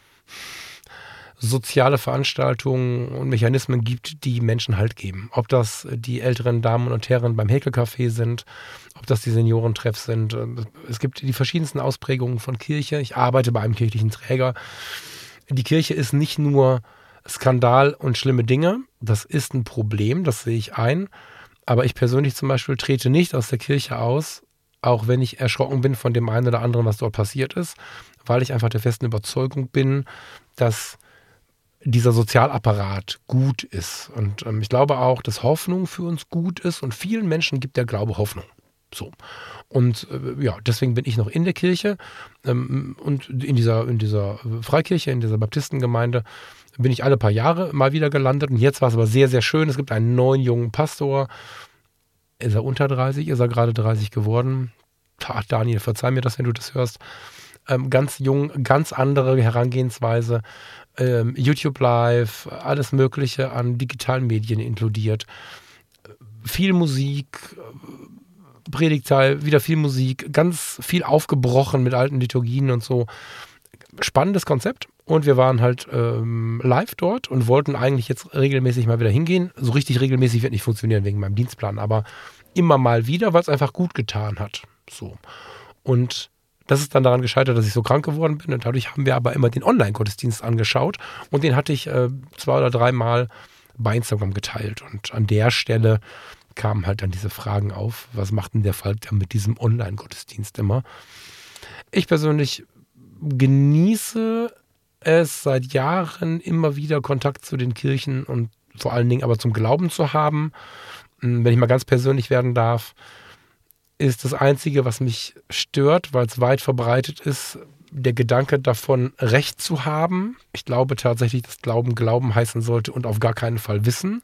soziale Veranstaltungen und Mechanismen gibt, die Menschen Halt geben. Ob das die älteren Damen und Herren beim Häkelcafé sind, ob das die Seniorentreffs sind. Es gibt die verschiedensten Ausprägungen von Kirche. Ich arbeite bei einem kirchlichen Träger. Die Kirche ist nicht nur Skandal und schlimme Dinge. Das ist ein Problem, das sehe ich ein. Aber ich persönlich zum Beispiel trete nicht aus der Kirche aus, auch wenn ich erschrocken bin von dem einen oder anderen, was dort passiert ist, weil ich einfach der festen Überzeugung bin, dass dieser Sozialapparat gut ist. Und ähm, ich glaube auch, dass Hoffnung für uns gut ist und vielen Menschen gibt der Glaube Hoffnung. So. Und äh, ja, deswegen bin ich noch in der Kirche ähm, und in dieser, in dieser Freikirche, in dieser Baptistengemeinde bin ich alle paar Jahre mal wieder gelandet und jetzt war es aber sehr, sehr schön. Es gibt einen neuen jungen Pastor. Ist er unter dreißig? Ist er gerade dreißig geworden? Ach, Daniel, verzeih mir das, wenn du das hörst. Ähm, ganz jung, ganz andere Herangehensweise. Ähm, YouTube Live, alles Mögliche an digitalen Medien inkludiert. Viel Musik, Predigtteil, wieder viel Musik, ganz viel aufgebrochen mit alten Liturgien und so. Spannendes Konzept. Und wir waren halt ähm, live dort und wollten eigentlich jetzt regelmäßig mal wieder hingehen. So richtig regelmäßig wird nicht funktionieren wegen meinem Dienstplan, aber immer mal wieder, weil es einfach gut getan hat. So. Und das ist dann daran gescheitert, dass ich so krank geworden bin. Und dadurch haben wir aber immer den Online-Gottesdienst angeschaut. Und den hatte ich äh, zwei oder dreimal bei Instagram geteilt. Und an der Stelle kamen halt dann diese Fragen auf. Was macht denn der Falk dann mit diesem Online-Gottesdienst immer? Ich persönlich genieße es seit Jahren immer wieder Kontakt zu den Kirchen und vor allen Dingen aber zum Glauben zu haben. Wenn ich mal ganz persönlich werden darf, ist das Einzige, was mich stört, weil es weit verbreitet ist, der Gedanke davon, Recht zu haben. Ich glaube tatsächlich, dass Glauben Glauben heißen sollte und auf gar keinen Fall Wissen.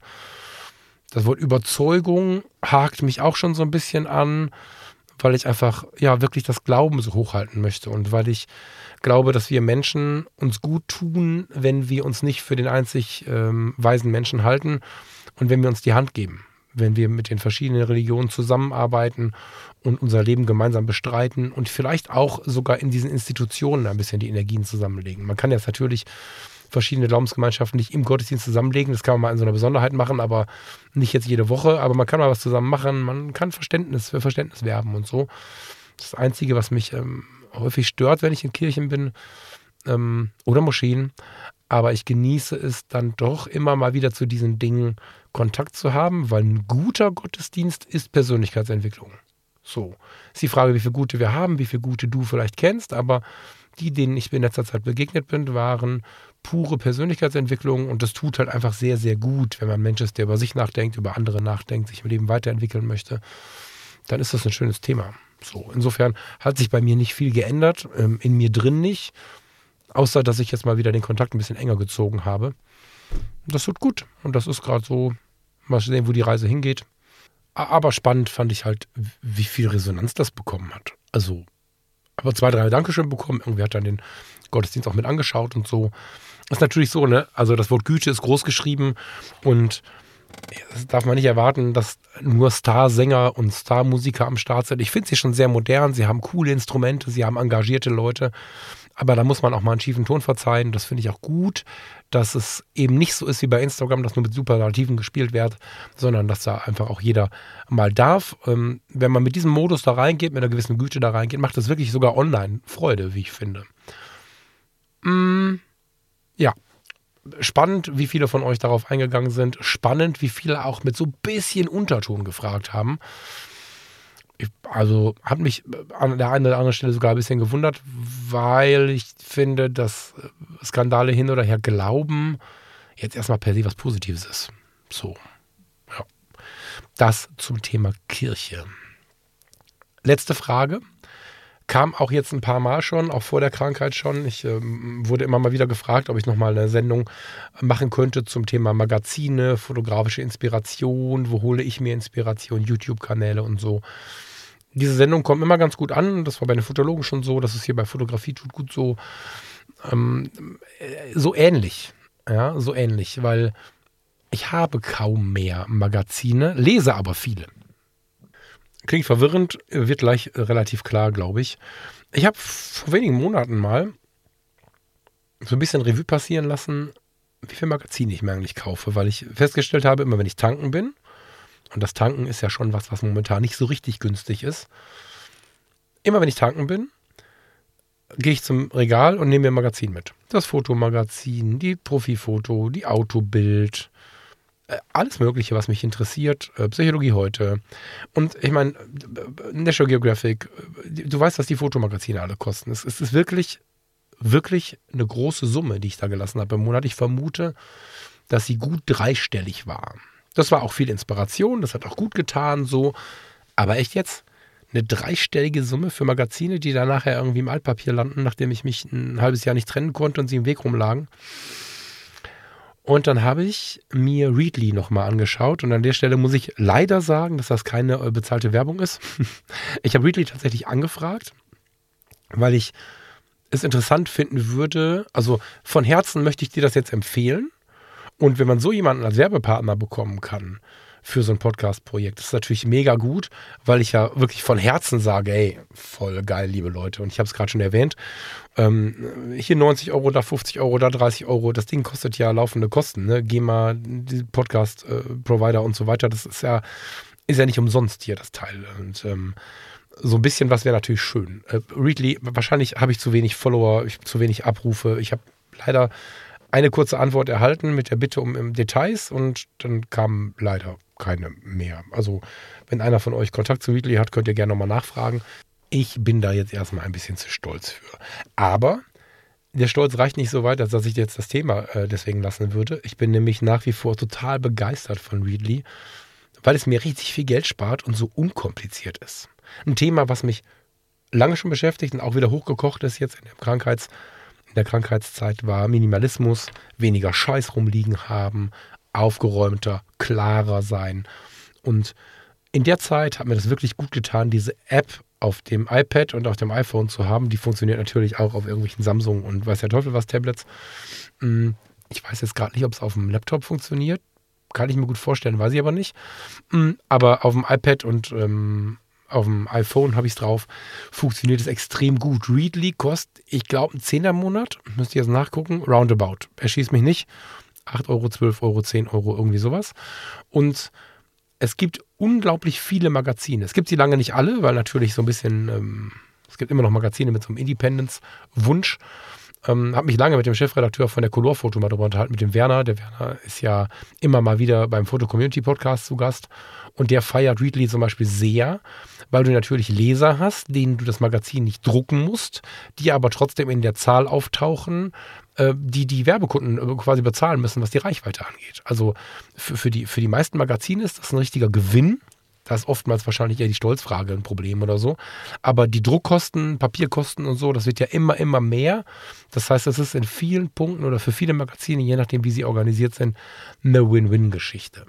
Das Wort Überzeugung hakt mich auch schon so ein bisschen an, weil ich einfach ja wirklich das Glauben so hochhalten möchte und weil ich glaube, dass wir Menschen uns gut tun, wenn wir uns nicht für den einzig ähm, weisen Menschen halten und wenn wir uns die Hand geben, wenn wir mit den verschiedenen Religionen zusammenarbeiten und unser Leben gemeinsam bestreiten und vielleicht auch sogar in diesen Institutionen ein bisschen die Energien zusammenlegen. Man kann jetzt natürlich verschiedene Glaubensgemeinschaften nicht im Gottesdienst zusammenlegen. Das kann man mal in so einer Besonderheit machen, aber nicht jetzt jede Woche. Aber man kann mal was zusammen machen. Man kann Verständnis für Verständnis werben und so. Das ist das Einzige, was mich ähm, häufig stört, wenn ich in Kirchen bin ähm, oder Moscheen. Aber ich genieße es dann doch immer mal wieder zu diesen Dingen Kontakt zu haben, weil ein guter Gottesdienst ist Persönlichkeitsentwicklung. So. Ist die Frage, wie viele gute wir haben, wie viele gute du vielleicht kennst, aber die, denen ich in letzter Zeit begegnet bin, waren pure Persönlichkeitsentwicklung und das tut halt einfach sehr, sehr gut, wenn man ein Mensch ist, der über sich nachdenkt, über andere nachdenkt, sich im Leben weiterentwickeln möchte, dann ist das ein schönes Thema. So, insofern hat sich bei mir nicht viel geändert, ähm, in mir drin nicht, außer dass ich jetzt mal wieder den Kontakt ein bisschen enger gezogen habe. Das tut gut und das ist gerade so, mal sehen, wo die Reise hingeht. Aber spannend fand ich halt, wie viel Resonanz das bekommen hat. Also, aber zwei, drei Dankeschön bekommen. Irgendwie hat dann den Gottesdienst auch mit angeschaut und so. Ist natürlich so, ne? Also das Wort Güte ist groß geschrieben und das darf man nicht erwarten, dass nur Starsänger und Starmusiker am Start sind. Ich finde sie schon sehr modern. Sie haben coole Instrumente, sie haben engagierte Leute. Aber da muss man auch mal einen schiefen Ton verzeihen. Das finde ich auch gut, dass es eben nicht so ist wie bei Instagram, dass nur mit Superlativen gespielt wird, sondern dass da einfach auch jeder mal darf. Ähm, wenn man mit diesem Modus da reingeht, mit einer gewissen Güte da reingeht, macht das wirklich sogar online Freude, wie ich finde. Mm, ja, spannend, wie viele von euch darauf eingegangen sind. Spannend, wie viele auch mit so ein bisschen Unterton gefragt haben. Ich, also hat mich an der einen oder anderen Stelle sogar ein bisschen gewundert, weil ich finde, dass Skandale hin oder her glauben jetzt erstmal per se was Positives ist. So, ja. Das zum Thema Kirche. Letzte Frage. Kam auch jetzt ein paar Mal schon, auch vor der Krankheit schon. Ich ähm, wurde immer mal wieder gefragt, ob ich nochmal eine Sendung machen könnte zum Thema Magazine, fotografische Inspiration, wo hole ich mir Inspiration, YouTube-Kanäle und so. Diese Sendung kommt immer ganz gut an. Das war bei den Fotologen schon so, das ist hier bei Fotografie tut gut so. Ähm, so ähnlich. Ja, so ähnlich, weil ich habe kaum mehr Magazine, lese aber viele. Klingt verwirrend, wird gleich relativ klar, glaube ich. Ich habe vor wenigen Monaten mal so ein bisschen Revue passieren lassen, wie viele Magazine ich mir eigentlich kaufe, weil ich festgestellt habe, immer wenn ich tanken bin, und das Tanken ist ja schon was, was momentan nicht so richtig günstig ist, immer wenn ich tanken bin, gehe ich zum Regal und nehme mir ein Magazin mit. Das Fotomagazin, die Profifoto, die Autobild, alles Mögliche, was mich interessiert, Psychologie heute. Und ich meine, National Geographic, du weißt, was die Fotomagazine alle kosten. Es ist wirklich, wirklich eine große Summe, die ich da gelassen habe im Monat. Ich vermute, dass sie gut dreistellig war. Das war auch viel Inspiration, das hat auch gut getan, so. Aber echt jetzt eine dreistellige Summe für Magazine, die dann nachher irgendwie im Altpapier landen, nachdem ich mich ein halbes Jahr nicht trennen konnte und sie im Weg rumlagen. Und dann habe ich mir Readly nochmal angeschaut und an der Stelle muss ich leider sagen, dass das keine bezahlte Werbung ist. Ich habe Readly tatsächlich angefragt, weil ich es interessant finden würde, also von Herzen möchte ich dir das jetzt empfehlen und wenn man so jemanden als Werbepartner bekommen kann für so ein Podcast-Projekt, das ist natürlich mega gut, weil ich ja wirklich von Herzen sage, ey, voll geil, liebe Leute. Und ich habe es gerade schon erwähnt, ähm, hier neunzig Euro, da fünfzig Euro, da dreißig Euro. Das Ding kostet ja laufende Kosten, ne? GEMA, die Podcast-Provider und so weiter. Das ist ja, ist ja nicht umsonst hier das Teil. Und ähm, so ein bisschen was wäre natürlich schön. Äh, Readly, wahrscheinlich habe ich zu wenig Follower, ich habe zu wenig Abrufe. Ich habe leider eine kurze Antwort erhalten mit der Bitte um Details und dann kam leider keine mehr. Also wenn einer von euch Kontakt zu Readly hat, könnt ihr gerne nochmal nachfragen. Ich bin da jetzt erstmal ein bisschen zu stolz für. Aber der Stolz reicht nicht so weit, als dass ich jetzt das Thema äh, deswegen lassen würde. Ich bin nämlich nach wie vor total begeistert von Readly, weil es mir richtig viel Geld spart und so unkompliziert ist. Ein Thema, was mich lange schon beschäftigt und auch wieder hochgekocht ist jetzt in der, Krankheits, in der Krankheitszeit, war Minimalismus, weniger Scheiß rumliegen haben, aufgeräumter, klarer sein. Und in der Zeit hat mir das wirklich gut getan, diese App auf dem iPad und auf dem iPhone zu haben. Die funktioniert natürlich auch auf irgendwelchen Samsung und weiß der Teufel was Tablets. Ich weiß jetzt gerade nicht, ob es auf dem Laptop funktioniert. Kann ich mir gut vorstellen, weiß ich aber nicht. Aber auf dem iPad und ähm, auf dem iPhone habe ich es drauf. Funktioniert es extrem gut. Readly kostet, ich glaube, einen Zehner im Monat. Müsst ihr jetzt nachgucken. Roundabout. Erschießt mich nicht. acht Euro, zwölf Euro, zehn Euro, irgendwie sowas. Und es gibt unglaublich viele Magazine. Es gibt sie lange nicht alle, weil natürlich so ein bisschen, ähm, es gibt immer noch Magazine mit so einem Independence-Wunsch. Ähm, habe mich lange mit dem Chefredakteur von der Color-Foto mal darüber unterhalten, mit dem Werner. Der Werner ist ja immer mal wieder beim Foto-Community-Podcast zu Gast. Und der feiert Readly zum Beispiel sehr, weil du natürlich Leser hast, denen du das Magazin nicht drucken musst, die aber trotzdem in der Zahl auftauchen, äh, die die Werbekunden quasi bezahlen müssen, was die Reichweite angeht. Also für, für, die, für die meisten Magazine ist das ein richtiger Gewinn. Da ist oftmals wahrscheinlich eher die Stolzfrage ein Problem oder so. Aber die Druckkosten, Papierkosten und so, das wird ja immer, immer mehr. Das heißt, es ist in vielen Punkten oder für viele Magazine, je nachdem, wie sie organisiert sind, eine Win-Win-Geschichte.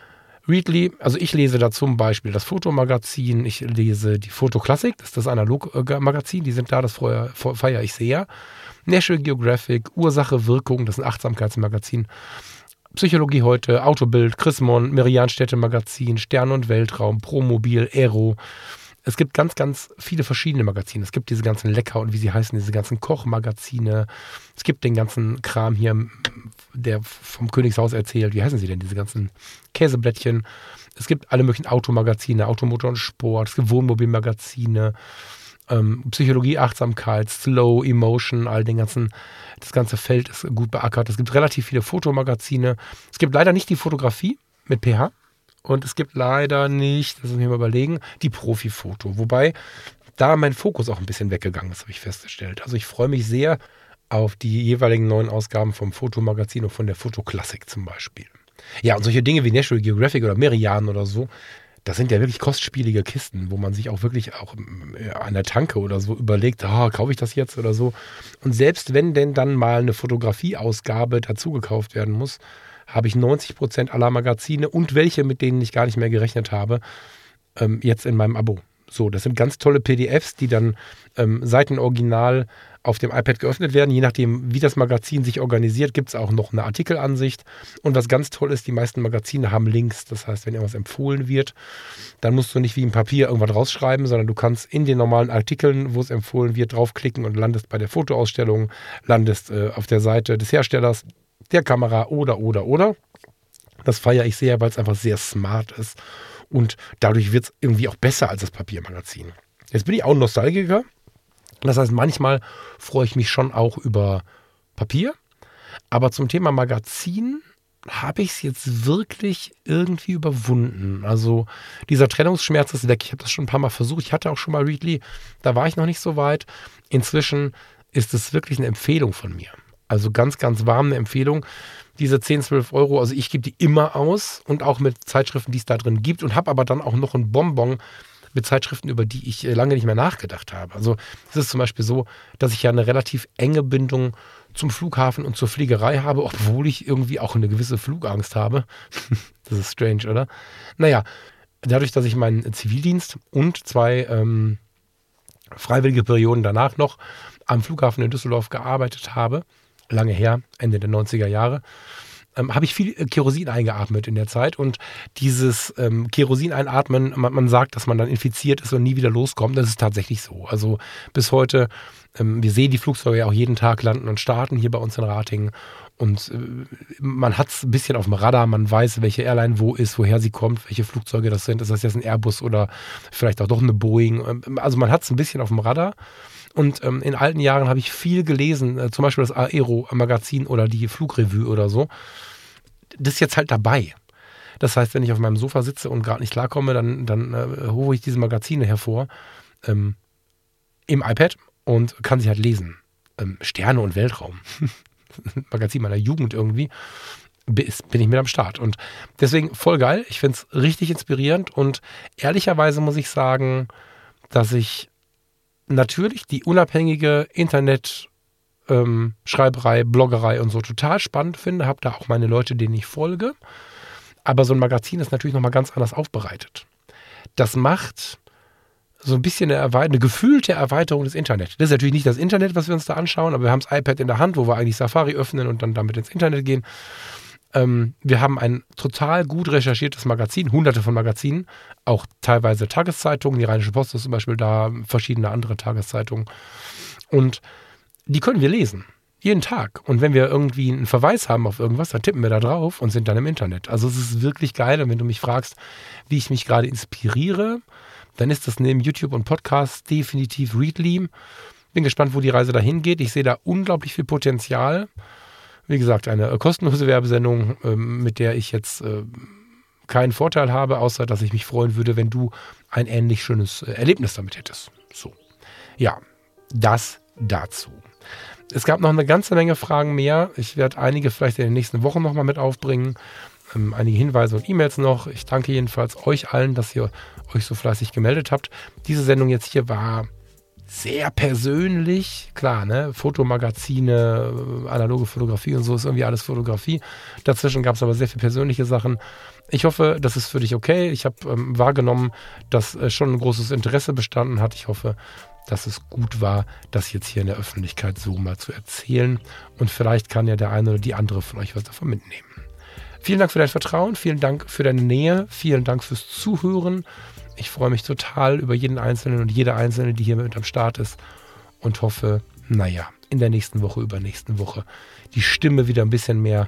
Readly, also ich lese da zum Beispiel das Fotomagazin, ich lese die Fotoklassik, das ist das Analog-Magazin, die sind da, das feiere ich sehr. National Geographic, Ursache, Wirkung, das ist ein Achtsamkeitsmagazin. Psychologie heute, Autobild, Chrismon, Merianstädte-Magazin, Stern und Weltraum, Promobil, Aero. Es gibt ganz, ganz viele verschiedene Magazine. Es gibt diese ganzen Lecker und wie sie heißen, diese ganzen Kochmagazine. Es gibt den ganzen Kram hier, der vom Königshaus erzählt. Wie heißen sie denn, diese ganzen Käseblättchen? Es gibt alle möglichen Automagazine, Automotor und Sport. Es gibt Wohnmobilmagazine, ähm, Psychologie, Achtsamkeit, Slow, Emotion, all den ganzen, das ganze Feld ist gut beackert. Es gibt relativ viele Fotomagazine. Es gibt leider nicht die Fotografie mit P H. Und es gibt leider nicht, das muss ich mir mal überlegen, die Profifoto. Wobei da mein Fokus auch ein bisschen weggegangen ist, habe ich festgestellt. Also ich freue mich sehr auf die jeweiligen neuen Ausgaben vom Fotomagazin und von der Fotoklassik zum Beispiel. Ja, und solche Dinge wie National Geographic oder Merian oder so, das sind ja wirklich kostspielige Kisten, wo man sich auch wirklich auch an der Tanke oder so überlegt, ah, kaufe ich das jetzt oder so. Und selbst wenn denn dann mal eine Fotografieausgabe dazu gekauft werden muss, habe ich neunzig Prozent aller Magazine und welche, mit denen ich gar nicht mehr gerechnet habe, ähm, jetzt in meinem Abo. So, das sind ganz tolle P D Fs, die dann ähm, seitenoriginal auf dem iPad geöffnet werden. Je nachdem, wie das Magazin sich organisiert, gibt es auch noch eine Artikelansicht. Und was ganz toll ist, die meisten Magazine haben Links. Das heißt, wenn irgendwas empfohlen wird, dann musst du nicht wie im Papier irgendwas rausschreiben, sondern du kannst in den normalen Artikeln, wo es empfohlen wird, draufklicken und landest bei der Fotoausstellung, landest äh, auf der Seite des Herstellers, der Kamera oder, oder, oder. Das feiere ich sehr, weil es einfach sehr smart ist. Und dadurch wird es irgendwie auch besser als das Papiermagazin. Jetzt bin ich auch ein Nostalgiker. Das heißt, manchmal freue ich mich schon auch über Papier. Aber zum Thema Magazin habe ich es jetzt wirklich irgendwie überwunden. Also dieser Trennungsschmerz ist weg. Ich habe das schon ein paar Mal versucht. Ich hatte auch schon mal Readly. Da war ich noch nicht so weit. Inzwischen ist es wirklich eine Empfehlung von mir. Also ganz, ganz warm eine Empfehlung. Diese zehn, zwölf Euro, also ich gebe die immer aus und auch mit Zeitschriften, die es da drin gibt und habe aber dann auch noch ein Bonbon mit Zeitschriften, über die ich lange nicht mehr nachgedacht habe. Also es ist zum Beispiel so, dass ich ja eine relativ enge Bindung zum Flughafen und zur Fliegerei habe, obwohl ich irgendwie auch eine gewisse Flugangst habe. Das ist strange, oder? Naja, dadurch, dass ich meinen Zivildienst und zwei ähm, freiwillige Perioden danach noch am Flughafen in Düsseldorf gearbeitet habe, lange her, Ende der neunziger Jahre, ähm, habe ich viel Kerosin eingeatmet in der Zeit. Und dieses ähm, Kerosin einatmen, man, man sagt, dass man dann infiziert ist und nie wieder loskommt. Das ist tatsächlich so. Also bis heute, ähm, wir sehen die Flugzeuge ja auch jeden Tag landen und starten hier bei uns in Ratingen. Und äh, man hat es ein bisschen auf dem Radar, man weiß, welche Airline wo ist, woher sie kommt, welche Flugzeuge das sind. Ist das jetzt ein Airbus oder vielleicht auch doch eine Boeing? Also man hat es ein bisschen auf dem Radar. Und ähm, in alten Jahren habe ich viel gelesen, äh, zum Beispiel das Aero-Magazin oder die Flugrevue oder so. Das ist jetzt halt dabei. Das heißt, wenn ich auf meinem Sofa sitze und gerade nicht klarkomme, dann, dann äh, hole ich diese Magazine hervor ähm, im iPad und kann sie halt lesen. ähm, Sterne und Weltraum. Magazin meiner Jugend irgendwie. Bin ich mit am Start. Und deswegen voll geil. Ich finde es richtig inspirierend. Und ehrlicherweise muss ich sagen, dass ich natürlich die unabhängige Internet- Ähm, Schreiberei, Bloggerei und so total spannend finde, habe da auch meine Leute, denen ich folge. Aber so ein Magazin ist natürlich nochmal ganz anders aufbereitet. Das macht so ein bisschen eine, Erwe- eine gefühlte Erweiterung des Internets. Das ist natürlich nicht das Internet, was wir uns da anschauen, aber wir haben das iPad in der Hand, wo wir eigentlich Safari öffnen und dann damit ins Internet gehen. Ähm, wir haben ein total gut recherchiertes Magazin, hunderte von Magazinen, auch teilweise Tageszeitungen, die Rheinische Post ist zum Beispiel da, verschiedene andere Tageszeitungen. Und die können wir lesen. Jeden Tag. Und wenn wir irgendwie einen Verweis haben auf irgendwas, dann tippen wir da drauf und sind dann im Internet. Also es ist wirklich geil. Und wenn du mich fragst, wie ich mich gerade inspiriere, dann ist das neben YouTube und Podcast definitiv Readly. Bin gespannt, wo die Reise dahin geht. Ich sehe da unglaublich viel Potenzial. Wie gesagt, eine kostenlose Werbesendung, mit der ich jetzt keinen Vorteil habe, außer dass ich mich freuen würde, wenn du ein ähnlich schönes Erlebnis damit hättest. So. Ja, das dazu. Es gab noch eine ganze Menge Fragen mehr. Ich werde einige vielleicht in den nächsten Wochen nochmal mit aufbringen. Ähm, einige Hinweise und E-Mails noch. Ich danke jedenfalls euch allen, dass ihr euch so fleißig gemeldet habt. Diese Sendung jetzt hier war sehr persönlich. Klar, ne? Fotomagazine, analoge Fotografie und so ist irgendwie alles Fotografie. Dazwischen gab es aber sehr viele persönliche Sachen. Ich hoffe, das ist für dich okay. Ich habe ähm, wahrgenommen, dass äh, schon ein großes Interesse bestanden hat. Ich hoffe, dass es gut war, das jetzt hier in der Öffentlichkeit so mal zu erzählen. Und vielleicht kann ja der eine oder die andere von euch was davon mitnehmen. Vielen Dank für dein Vertrauen, vielen Dank für deine Nähe, vielen Dank fürs Zuhören. Ich freue mich total über jeden Einzelnen und jede Einzelne, die hier mit am Start ist. Und hoffe, naja, in der nächsten Woche, übernächsten Woche, die Stimme wieder ein bisschen mehr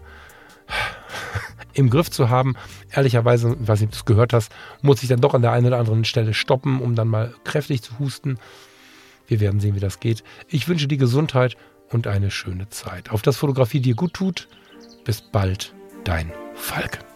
im Griff zu haben. Ehrlicherweise, ich weiß nicht, ob du es gehört hast, muss ich dann doch an der einen oder anderen Stelle stoppen, um dann mal kräftig zu husten. Wir werden sehen, wie das geht. Ich wünsche dir Gesundheit und eine schöne Zeit. Auf dass Fotografie dir gut tut. Bis bald, dein Falk.